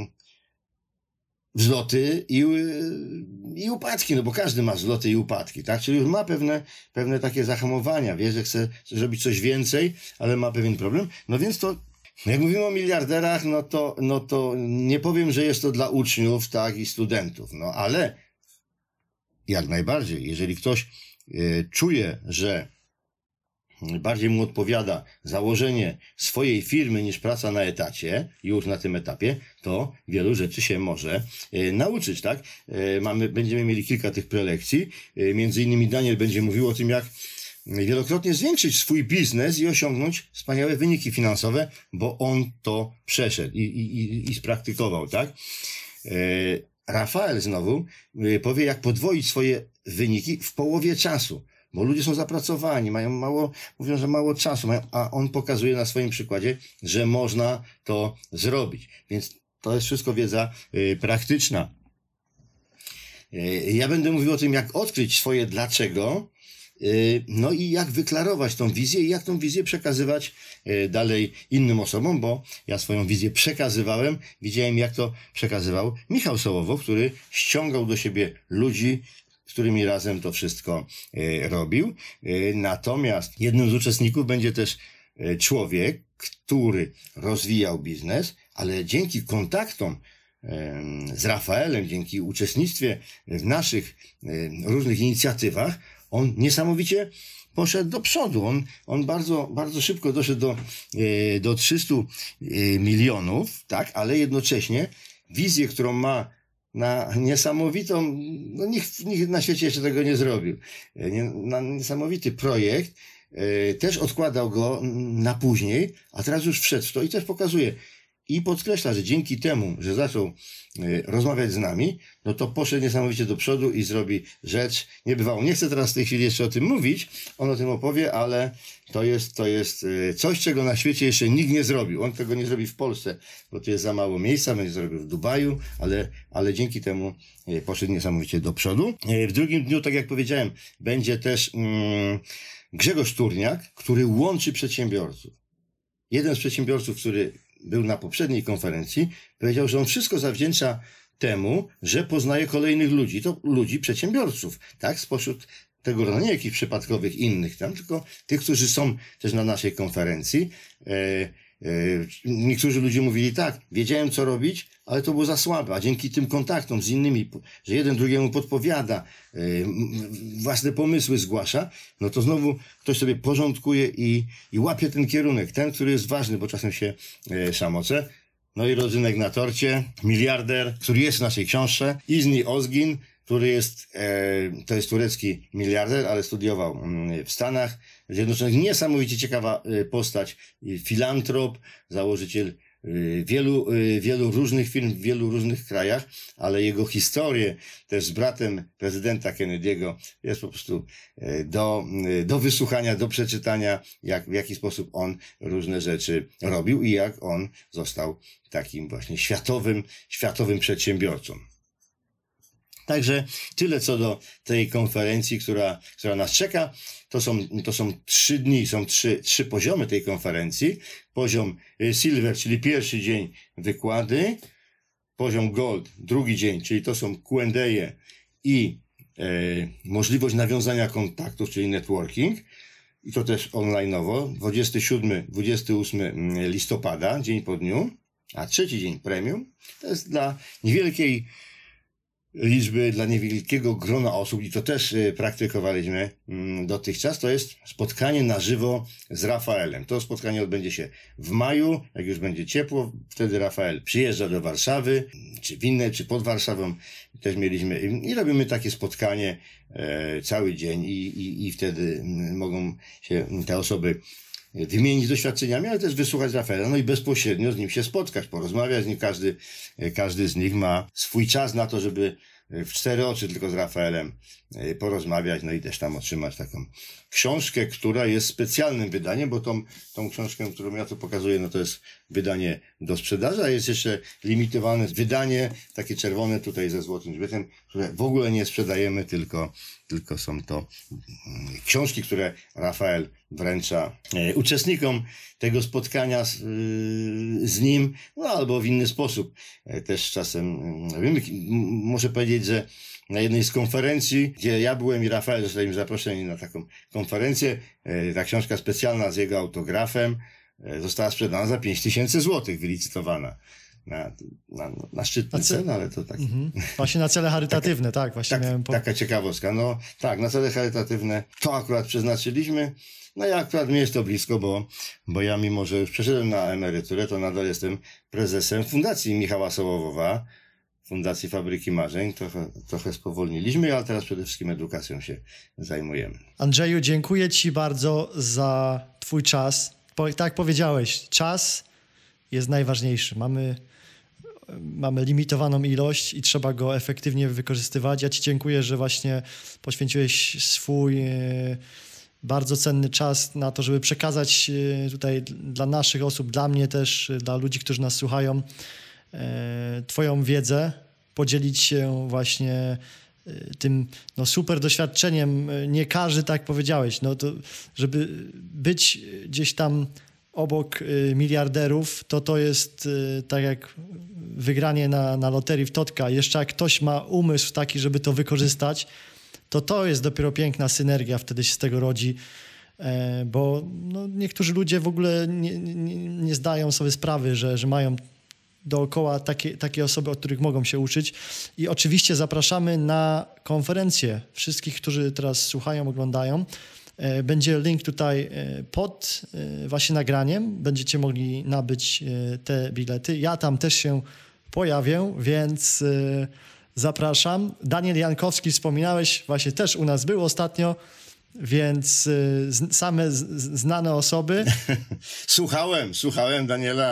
wzloty i upadki, no bo każdy ma wzloty i upadki, tak? Czyli już ma pewne takie zahamowania, wie, że chce zrobić coś więcej, ale ma pewien problem. No więc to jak mówimy o miliarderach, no to nie powiem, że jest to dla uczniów, tak, i studentów, no ale jak najbardziej, jeżeli ktoś czuje, że bardziej mu odpowiada założenie swojej firmy niż praca na etacie, już na tym etapie, to wielu rzeczy się może nauczyć, tak? Będziemy mieli kilka tych prelekcji, między innymi Daniel będzie mówił o tym, jak wielokrotnie zwiększyć swój biznes i osiągnąć wspaniałe wyniki finansowe, bo on to przeszedł i spraktykował, tak? Rafael znowu powie, jak podwoić swoje wyniki w połowie czasu, bo ludzie są zapracowani, mówią, że mało czasu mają, a on pokazuje na swoim przykładzie, że można to zrobić. Więc to jest wszystko wiedza praktyczna. Ja będę mówił o tym, jak odkryć swoje dlaczego, no i jak wyklarować tą wizję i jak tą wizję przekazywać dalej innym osobom, bo ja swoją wizję przekazywałem, widziałem jak to przekazywał Michał Sołowow, który ściągał do siebie ludzi, z którymi razem to wszystko robił. Natomiast jednym z uczestników będzie też człowiek, który rozwijał biznes, ale dzięki kontaktom z Rafaelem, dzięki uczestnictwie w naszych różnych inicjatywach, on niesamowicie poszedł do przodu. On bardzo, bardzo szybko doszedł do 300 milionów, tak, ale jednocześnie wizję, którą ma na niesamowitą, no nikt na świecie jeszcze tego nie zrobił, na niesamowity projekt, też odkładał go na później, a teraz już wszedł w to i też pokazuje, i podkreśla, że dzięki temu, że zaczął rozmawiać z nami, no to poszedł niesamowicie do przodu i zrobi rzecz niebywałą. Nie chcę teraz w tej chwili jeszcze o tym mówić, on o tym opowie, ale to jest coś, czego na świecie jeszcze nikt nie zrobił. On tego nie zrobi w Polsce, bo tu jest za mało miejsca, będzie zrobił w Dubaju, ale dzięki temu poszedł niesamowicie do przodu. W drugim dniu, tak jak powiedziałem, będzie też Grzegorz Turniak, który łączy przedsiębiorców. Jeden z przedsiębiorców, który był na poprzedniej konferencji, powiedział, że on wszystko zawdzięcza temu, że poznaje kolejnych ludzi. To ludzi, przedsiębiorców, tak? Spośród tego grona, nie jakichś przypadkowych innych tam, tylko tych, którzy są też na naszej konferencji. Niektórzy ludzie mówili tak, wiedziałem co robić, ale to było za słabe, a dzięki tym kontaktom z innymi, że jeden drugiemu podpowiada, własne pomysły zgłasza, no to znowu ktoś sobie porządkuje i łapie ten kierunek, ten, który jest ważny, bo czasem się szamoce. No i rodzynek na torcie, miliarder, który jest w naszej książce, Izni Ozgin, który jest, to jest turecki miliarder, ale studiował w Stanach Zjednoczonych. Niesamowicie ciekawa postać, filantrop, założyciel wielu różnych firm w wielu różnych krajach, ale jego historię też z bratem prezydenta Kennedy'ego jest po prostu do wysłuchania, do przeczytania, w jaki sposób on różne rzeczy robił i jak on został takim właśnie światowym przedsiębiorcą. Także tyle co do tej konferencji, która nas czeka. To są 3 dni, są trzy poziomy tej konferencji. Poziom Silver, czyli pierwszy dzień wykłady. Poziom Gold, drugi dzień, czyli to są Q&A i możliwość nawiązania kontaktów, czyli networking. I to też online'owo. 27-28 listopada, dzień po dniu. A trzeci dzień premium. To jest dla niewielkiej liczby, dla niewielkiego grona osób i to też praktykowaliśmy dotychczas, to jest spotkanie na żywo z Rafaelem. To spotkanie odbędzie się w maju, jak już będzie ciepło, wtedy Rafael przyjeżdża do Warszawy, czy w innej, czy pod Warszawą też mieliśmy i robimy takie spotkanie cały dzień i wtedy mogą się te osoby wymienić doświadczeniami, ale też wysłuchać Rafaela, no i bezpośrednio z nim się spotkać, porozmawiać z nim. Każdy z nich ma swój czas na to, żeby w 4 oczy tylko z Rafaelem porozmawiać, no i też tam otrzymać taką książkę, która jest specjalnym wydaniem, bo tą książkę, którą ja tu pokazuję, no to jest wydanie do sprzedaży, a jest jeszcze limitowane wydanie, takie czerwone tutaj ze złotym grzbietem, które w ogóle nie sprzedajemy, tylko są to książki, które Rafael wręcza uczestnikom tego spotkania z nim, no albo w inny sposób. Też czasem robimy. Muszę powiedzieć, że na jednej z konferencji, gdzie ja byłem i Rafael zostaliśmy zaproszeni na taką konferencję, ta książka specjalna z jego autografem została sprzedana za 5000 złotych, wylicytowana. Na szczytny cen, ale to tak.
Właśnie na cele charytatywne, tak. Właśnie miałem
taka ciekawostka. No tak, na cele charytatywne to akurat przeznaczyliśmy. No i akurat mi jest to blisko, bo ja mimo, że już przeszedłem na emeryturę, to nadal jestem prezesem Fundacji Michała Sołowowa, Fundacji Fabryki Marzeń. Trochę spowolniliśmy, ale teraz przede wszystkim edukacją się zajmujemy.
Andrzeju, dziękuję Ci bardzo za Twój czas. Tak jak powiedziałeś, czas jest najważniejszy. Mamy limitowaną ilość i trzeba go efektywnie wykorzystywać. Ja Ci dziękuję, że właśnie poświęciłeś swój bardzo cenny czas na to, żeby przekazać tutaj dla naszych osób, dla mnie też, dla ludzi, którzy nas słuchają, Twoją wiedzę, podzielić się właśnie tym super doświadczeniem. Nie każdy, tak jak powiedziałeś, no to żeby być gdzieś tam obok miliarderów, to jest tak jak wygranie na loterii w Totka. Jeszcze jak ktoś ma umysł taki, żeby to wykorzystać, to jest dopiero piękna synergia, wtedy się z tego rodzi, bo niektórzy ludzie w ogóle nie zdają sobie sprawy, że mają dookoła takie osoby, od których mogą się uczyć. I oczywiście zapraszamy na konferencję wszystkich, którzy teraz słuchają, oglądają. Będzie link tutaj pod właśnie nagraniem. Będziecie mogli nabyć te bilety. Ja tam też się pojawię, więc zapraszam. Daniel Jankowski wspominałeś, właśnie też u nas był ostatnio, więc same znane osoby.
Słuchałem Daniela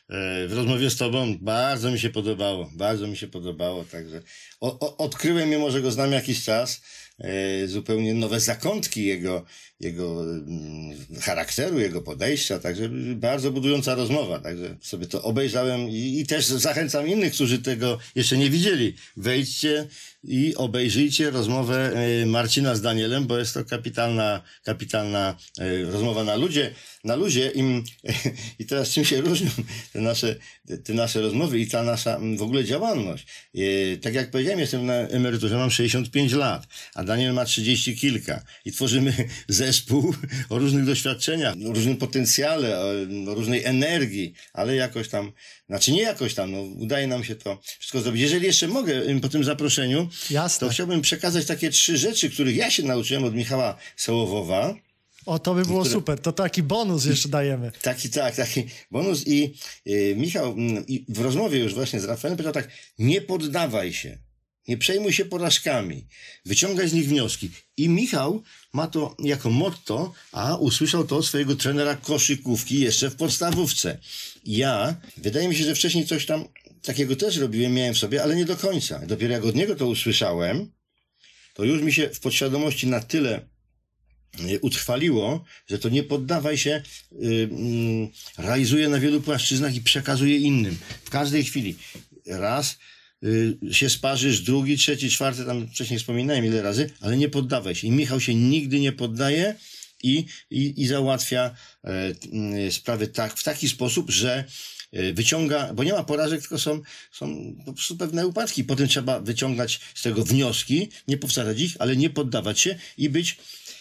w rozmowie z tobą. Bardzo mi się podobało, także odkryłem, mimo że go znam jakiś czas, zupełnie nowe zakątki jego charakteru, jego podejścia, także bardzo budująca rozmowa, także sobie to obejrzałem i też zachęcam innych, którzy tego jeszcze nie widzieli. Wejdźcie i obejrzyjcie rozmowę Marcina z Danielem, bo jest to kapitalna rozmowa na luzie i teraz czym się różnią te nasze rozmowy i ta nasza w ogóle działalność. Tak jak powiedziałem, jestem na emeryturze, mam 65 lat, a Daniel ma 30 kilka i tworzymy zespół o różnych doświadczeniach, o różnym potencjale, o różnej energii, ale jakoś tam, udaje nam się to wszystko zrobić. Jeżeli jeszcze mogę po tym zaproszeniu,
Jasne.
to chciałbym przekazać takie 3 rzeczy, których ja się nauczyłem od Michała Sołowowa.
O, to by było super. To taki bonus jeszcze dajemy.
Taki bonus i Michał w rozmowie już właśnie z Rafaelem powiedział tak: nie poddawaj się, nie przejmuj się porażkami, wyciągaj z nich wnioski. I Michał ma to jako motto, a usłyszał to od swojego trenera koszykówki jeszcze w podstawówce. Wydaje mi się, że wcześniej coś tam takiego też robiłem, miałem w sobie, ale nie do końca. Dopiero jak od niego to usłyszałem, to już mi się w podświadomości na tyle utrwaliło, że to nie poddawaj się, realizuje na wielu płaszczyznach i przekazuje innym. W każdej chwili. Raz się sparzysz, drugi, trzeci, czwarty, tam wcześniej wspominałem ile razy, ale nie poddawaj się. I Michał się nigdy nie poddaje i załatwia sprawy w taki sposób, że wyciąga, bo nie ma porażek, tylko są po prostu pewne upadki. Potem trzeba wyciągać z tego wnioski, nie powtarzać ich, ale nie poddawać się i być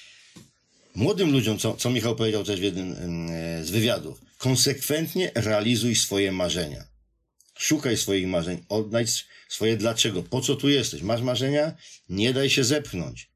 młodym ludziom, co Michał powiedział też w jednym z wywiadów, konsekwentnie realizuj swoje marzenia. Szukaj swoich marzeń, odnajdź swoje dlaczego, po co tu jesteś. Masz marzenia? Nie daj się zepchnąć.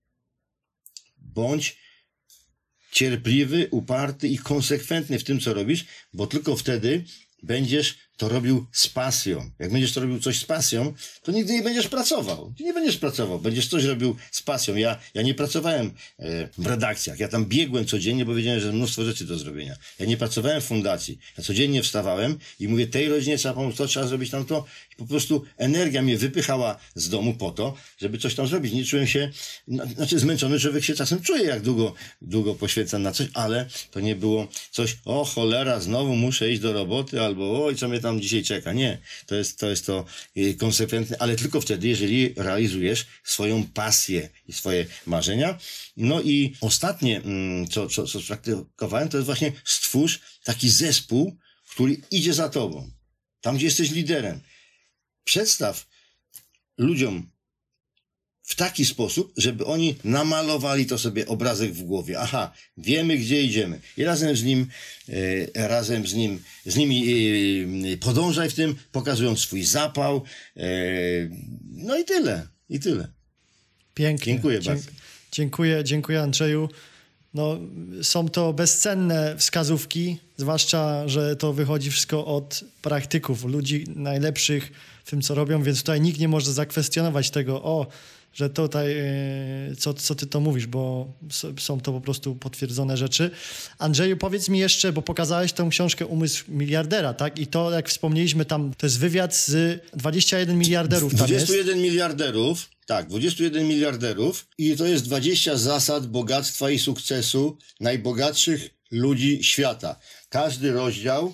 Bądź cierpliwy, uparty i konsekwentny w tym, co robisz, bo tylko wtedy będziesz to robił z pasją. Jak będziesz to robił coś z pasją, to nigdy nie będziesz pracował. Nie będziesz pracował, będziesz coś robił z pasją. Ja nie pracowałem w redakcjach. Ja tam biegłem codziennie, bo wiedziałem, że jest mnóstwo rzeczy do zrobienia. Ja nie pracowałem w fundacji. Ja codziennie wstawałem i mówię, tej rodzinie trzeba pomóc, to trzeba zrobić tamto. I po prostu energia mnie wypychała z domu po to, żeby coś tam zrobić. Nie czułem się, zmęczony człowiek się czasem czuje, jak długo poświęca na coś, ale to nie było coś, o cholera, znowu muszę iść do roboty, albo oj, co mnie tam dzisiaj czeka. Nie, to jest to konsekwentne, ale tylko wtedy, jeżeli realizujesz swoją pasję i swoje marzenia. No i ostatnie, co praktykowałem, to jest właśnie stwórz taki zespół, który idzie za tobą. Tam, gdzie jesteś liderem. Przedstaw ludziom w taki sposób, żeby oni namalowali to sobie obrazek w głowie. Aha, wiemy, gdzie idziemy. I razem z nimi podążaj w tym, pokazując swój zapał. No i tyle.
Pięknie.
Dziękuję bardzo.
Dziękuję Andrzeju. No, są to bezcenne wskazówki, zwłaszcza, że to wychodzi wszystko od praktyków, ludzi najlepszych w tym, co robią, więc tutaj nikt nie może zakwestionować tego, że tutaj, co ty to mówisz, bo są to po prostu potwierdzone rzeczy. Andrzeju, powiedz mi jeszcze, bo pokazałeś tę książkę Umysł miliardera, tak? I to, jak wspomnieliśmy tam, to jest wywiad z 21 miliarderów.
21 miliarderów, tak, 21 miliarderów i to jest 20 zasad bogactwa i sukcesu najbogatszych ludzi świata. Każdy rozdział,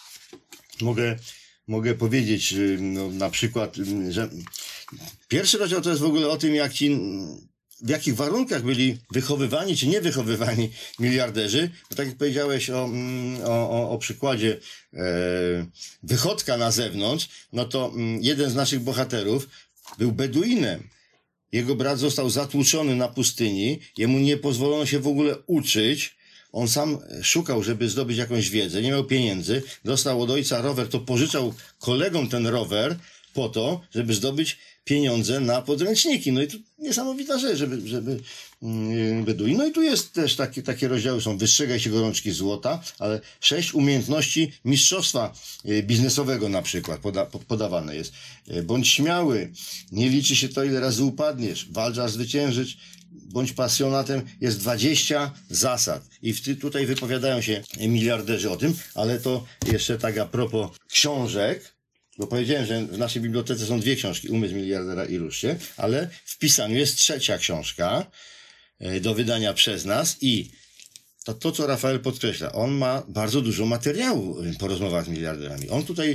mogę powiedzieć, na przykład, że pierwszy rozdział to jest w ogóle o tym, w jakich warunkach byli wychowywani czy nie wychowywani miliarderzy. Bo tak jak powiedziałeś o przykładzie wychodka na zewnątrz, no to jeden z naszych bohaterów był Beduinem. Jego brat został zatłuczony na pustyni, jemu nie pozwolono się w ogóle uczyć. On sam szukał, żeby zdobyć jakąś wiedzę, nie miał pieniędzy, dostał od ojca rower, to pożyczał kolegom ten rower po to, żeby zdobyć pieniądze na podręczniki. No i to niesamowita rzecz, żeby Beduin. No i tu jest też takie rozdziały są: wystrzegaj się gorączki złota, ale 6 umiejętności mistrzostwa biznesowego na przykład podawane jest. Bądź śmiały, nie liczy się to, ile razy upadniesz, walcz aż zwyciężyć, bądź pasjonatem, jest 20 zasad. I tutaj wypowiadają się miliarderzy o tym, ale to jeszcze tak a propos książek, bo powiedziałem, że w naszej bibliotece są 2 książki, Umysł miliardera i Rusz się, ale w pisaniu jest 3. książka do wydania przez nas i to co Rafael podkreśla, on ma bardzo dużo materiału po rozmowach z miliarderami. On tutaj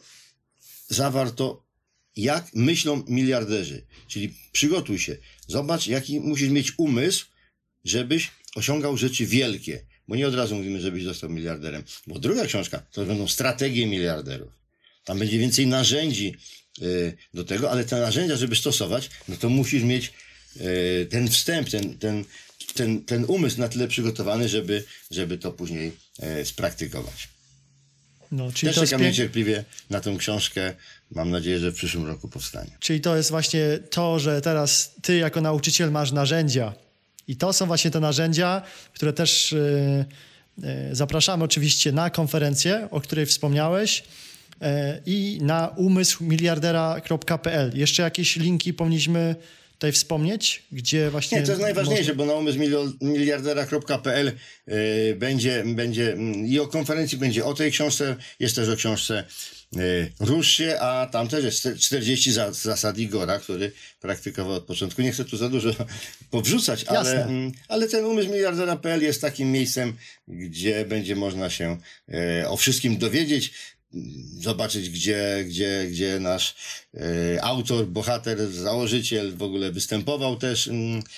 zawarto, jak myślą miliarderzy. Czyli przygotuj się, zobacz, jaki musisz mieć umysł, żebyś osiągał rzeczy wielkie. Bo nie od razu mówimy, żebyś został miliarderem. Bo druga książka to będą strategie miliarderów. Tam będzie więcej narzędzi do tego, ale te narzędzia, żeby stosować, no to musisz mieć ten wstęp, ten umysł na tyle przygotowany, żeby to później spraktykować.
No, czyli
też czekam niecierpliwie na tę książkę. Mam nadzieję, że w przyszłym roku powstanie.
Czyli to jest właśnie to, że teraz ty jako nauczyciel masz narzędzia. I to są właśnie te narzędzia, które też zapraszamy oczywiście na konferencję, o której wspomniałeś, i na umysłmiliardera.pl. Jeszcze jakieś linki powinniśmy tutaj wspomnieć, gdzie właśnie...
Nie, to jest najważniejsze, bo na umysłmiliardera.pl będzie i o konferencji będzie o tej książce, jest też o książce Rusz się, a tam też jest 40 zasad Igora, który praktykował od początku. Nie chcę tu za dużo powrzucać, ale ten umysłmiliardera.pl jest takim miejscem, gdzie będzie można się o wszystkim dowiedzieć, zobaczyć, gdzie nasz autor, bohater, założyciel w ogóle występował też,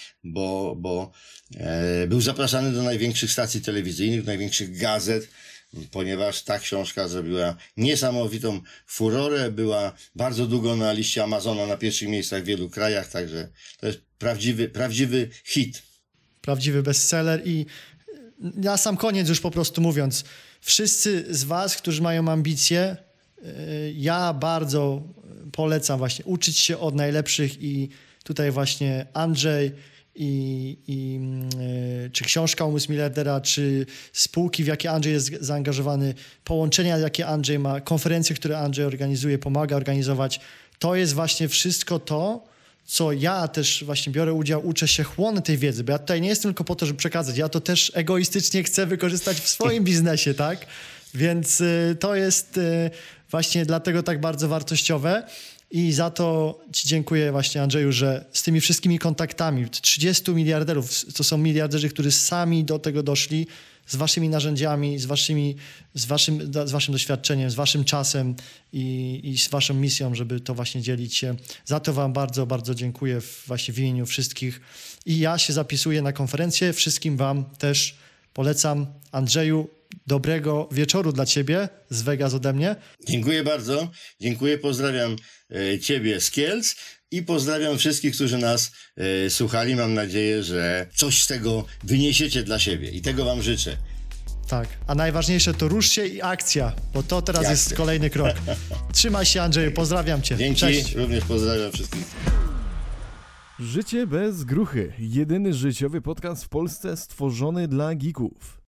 bo był zapraszany do największych stacji telewizyjnych, do największych gazet, ponieważ ta książka zrobiła niesamowitą furorę, była bardzo długo na liście Amazona na pierwszych miejscach w wielu krajach, także to jest prawdziwy hit.
Prawdziwy bestseller. I na sam koniec już po prostu mówiąc, wszyscy z was, którzy mają ambicje, ja bardzo polecam właśnie uczyć się od najlepszych i tutaj właśnie Andrzej czy książka Umysł Miliardera, czy spółki, w jakie Andrzej jest zaangażowany, połączenia, jakie Andrzej ma, konferencje, które Andrzej organizuje, pomaga organizować, to jest właśnie wszystko to, co ja też właśnie biorę udział, uczę się, chłonę tej wiedzy, bo ja tutaj nie jestem tylko po to, żeby przekazać, ja to też egoistycznie chcę wykorzystać w swoim biznesie, tak? Więc to jest właśnie dlatego tak bardzo wartościowe i za to ci dziękuję właśnie, Andrzeju, że z tymi wszystkimi kontaktami, 30 miliarderów, to są miliarderzy, którzy sami do tego doszli, z waszymi narzędziami, z waszym doświadczeniem, z waszym czasem i z waszą misją, żeby to właśnie dzielić się. Za to wam bardzo, bardzo dziękuję właśnie w imieniu wszystkich. I ja się zapisuję na konferencję. Wszystkim wam też polecam. Andrzeju, dobrego wieczoru dla ciebie z Vegas ode mnie.
Dziękuję bardzo. Dziękuję, pozdrawiam ciebie z Kielc i pozdrawiam wszystkich, którzy nas słuchali. Mam nadzieję, że coś z tego wyniesiecie dla siebie i tego wam życzę.
Tak, a najważniejsze to rusz się i akcja, bo to teraz jest kolejny krok. Trzymaj się, Andrzeju, pozdrawiam cię.
Dzięki, cześć. Również pozdrawiam wszystkich.
Życie bez gruchy. Jedyny życiowy podcast w Polsce stworzony dla geeków.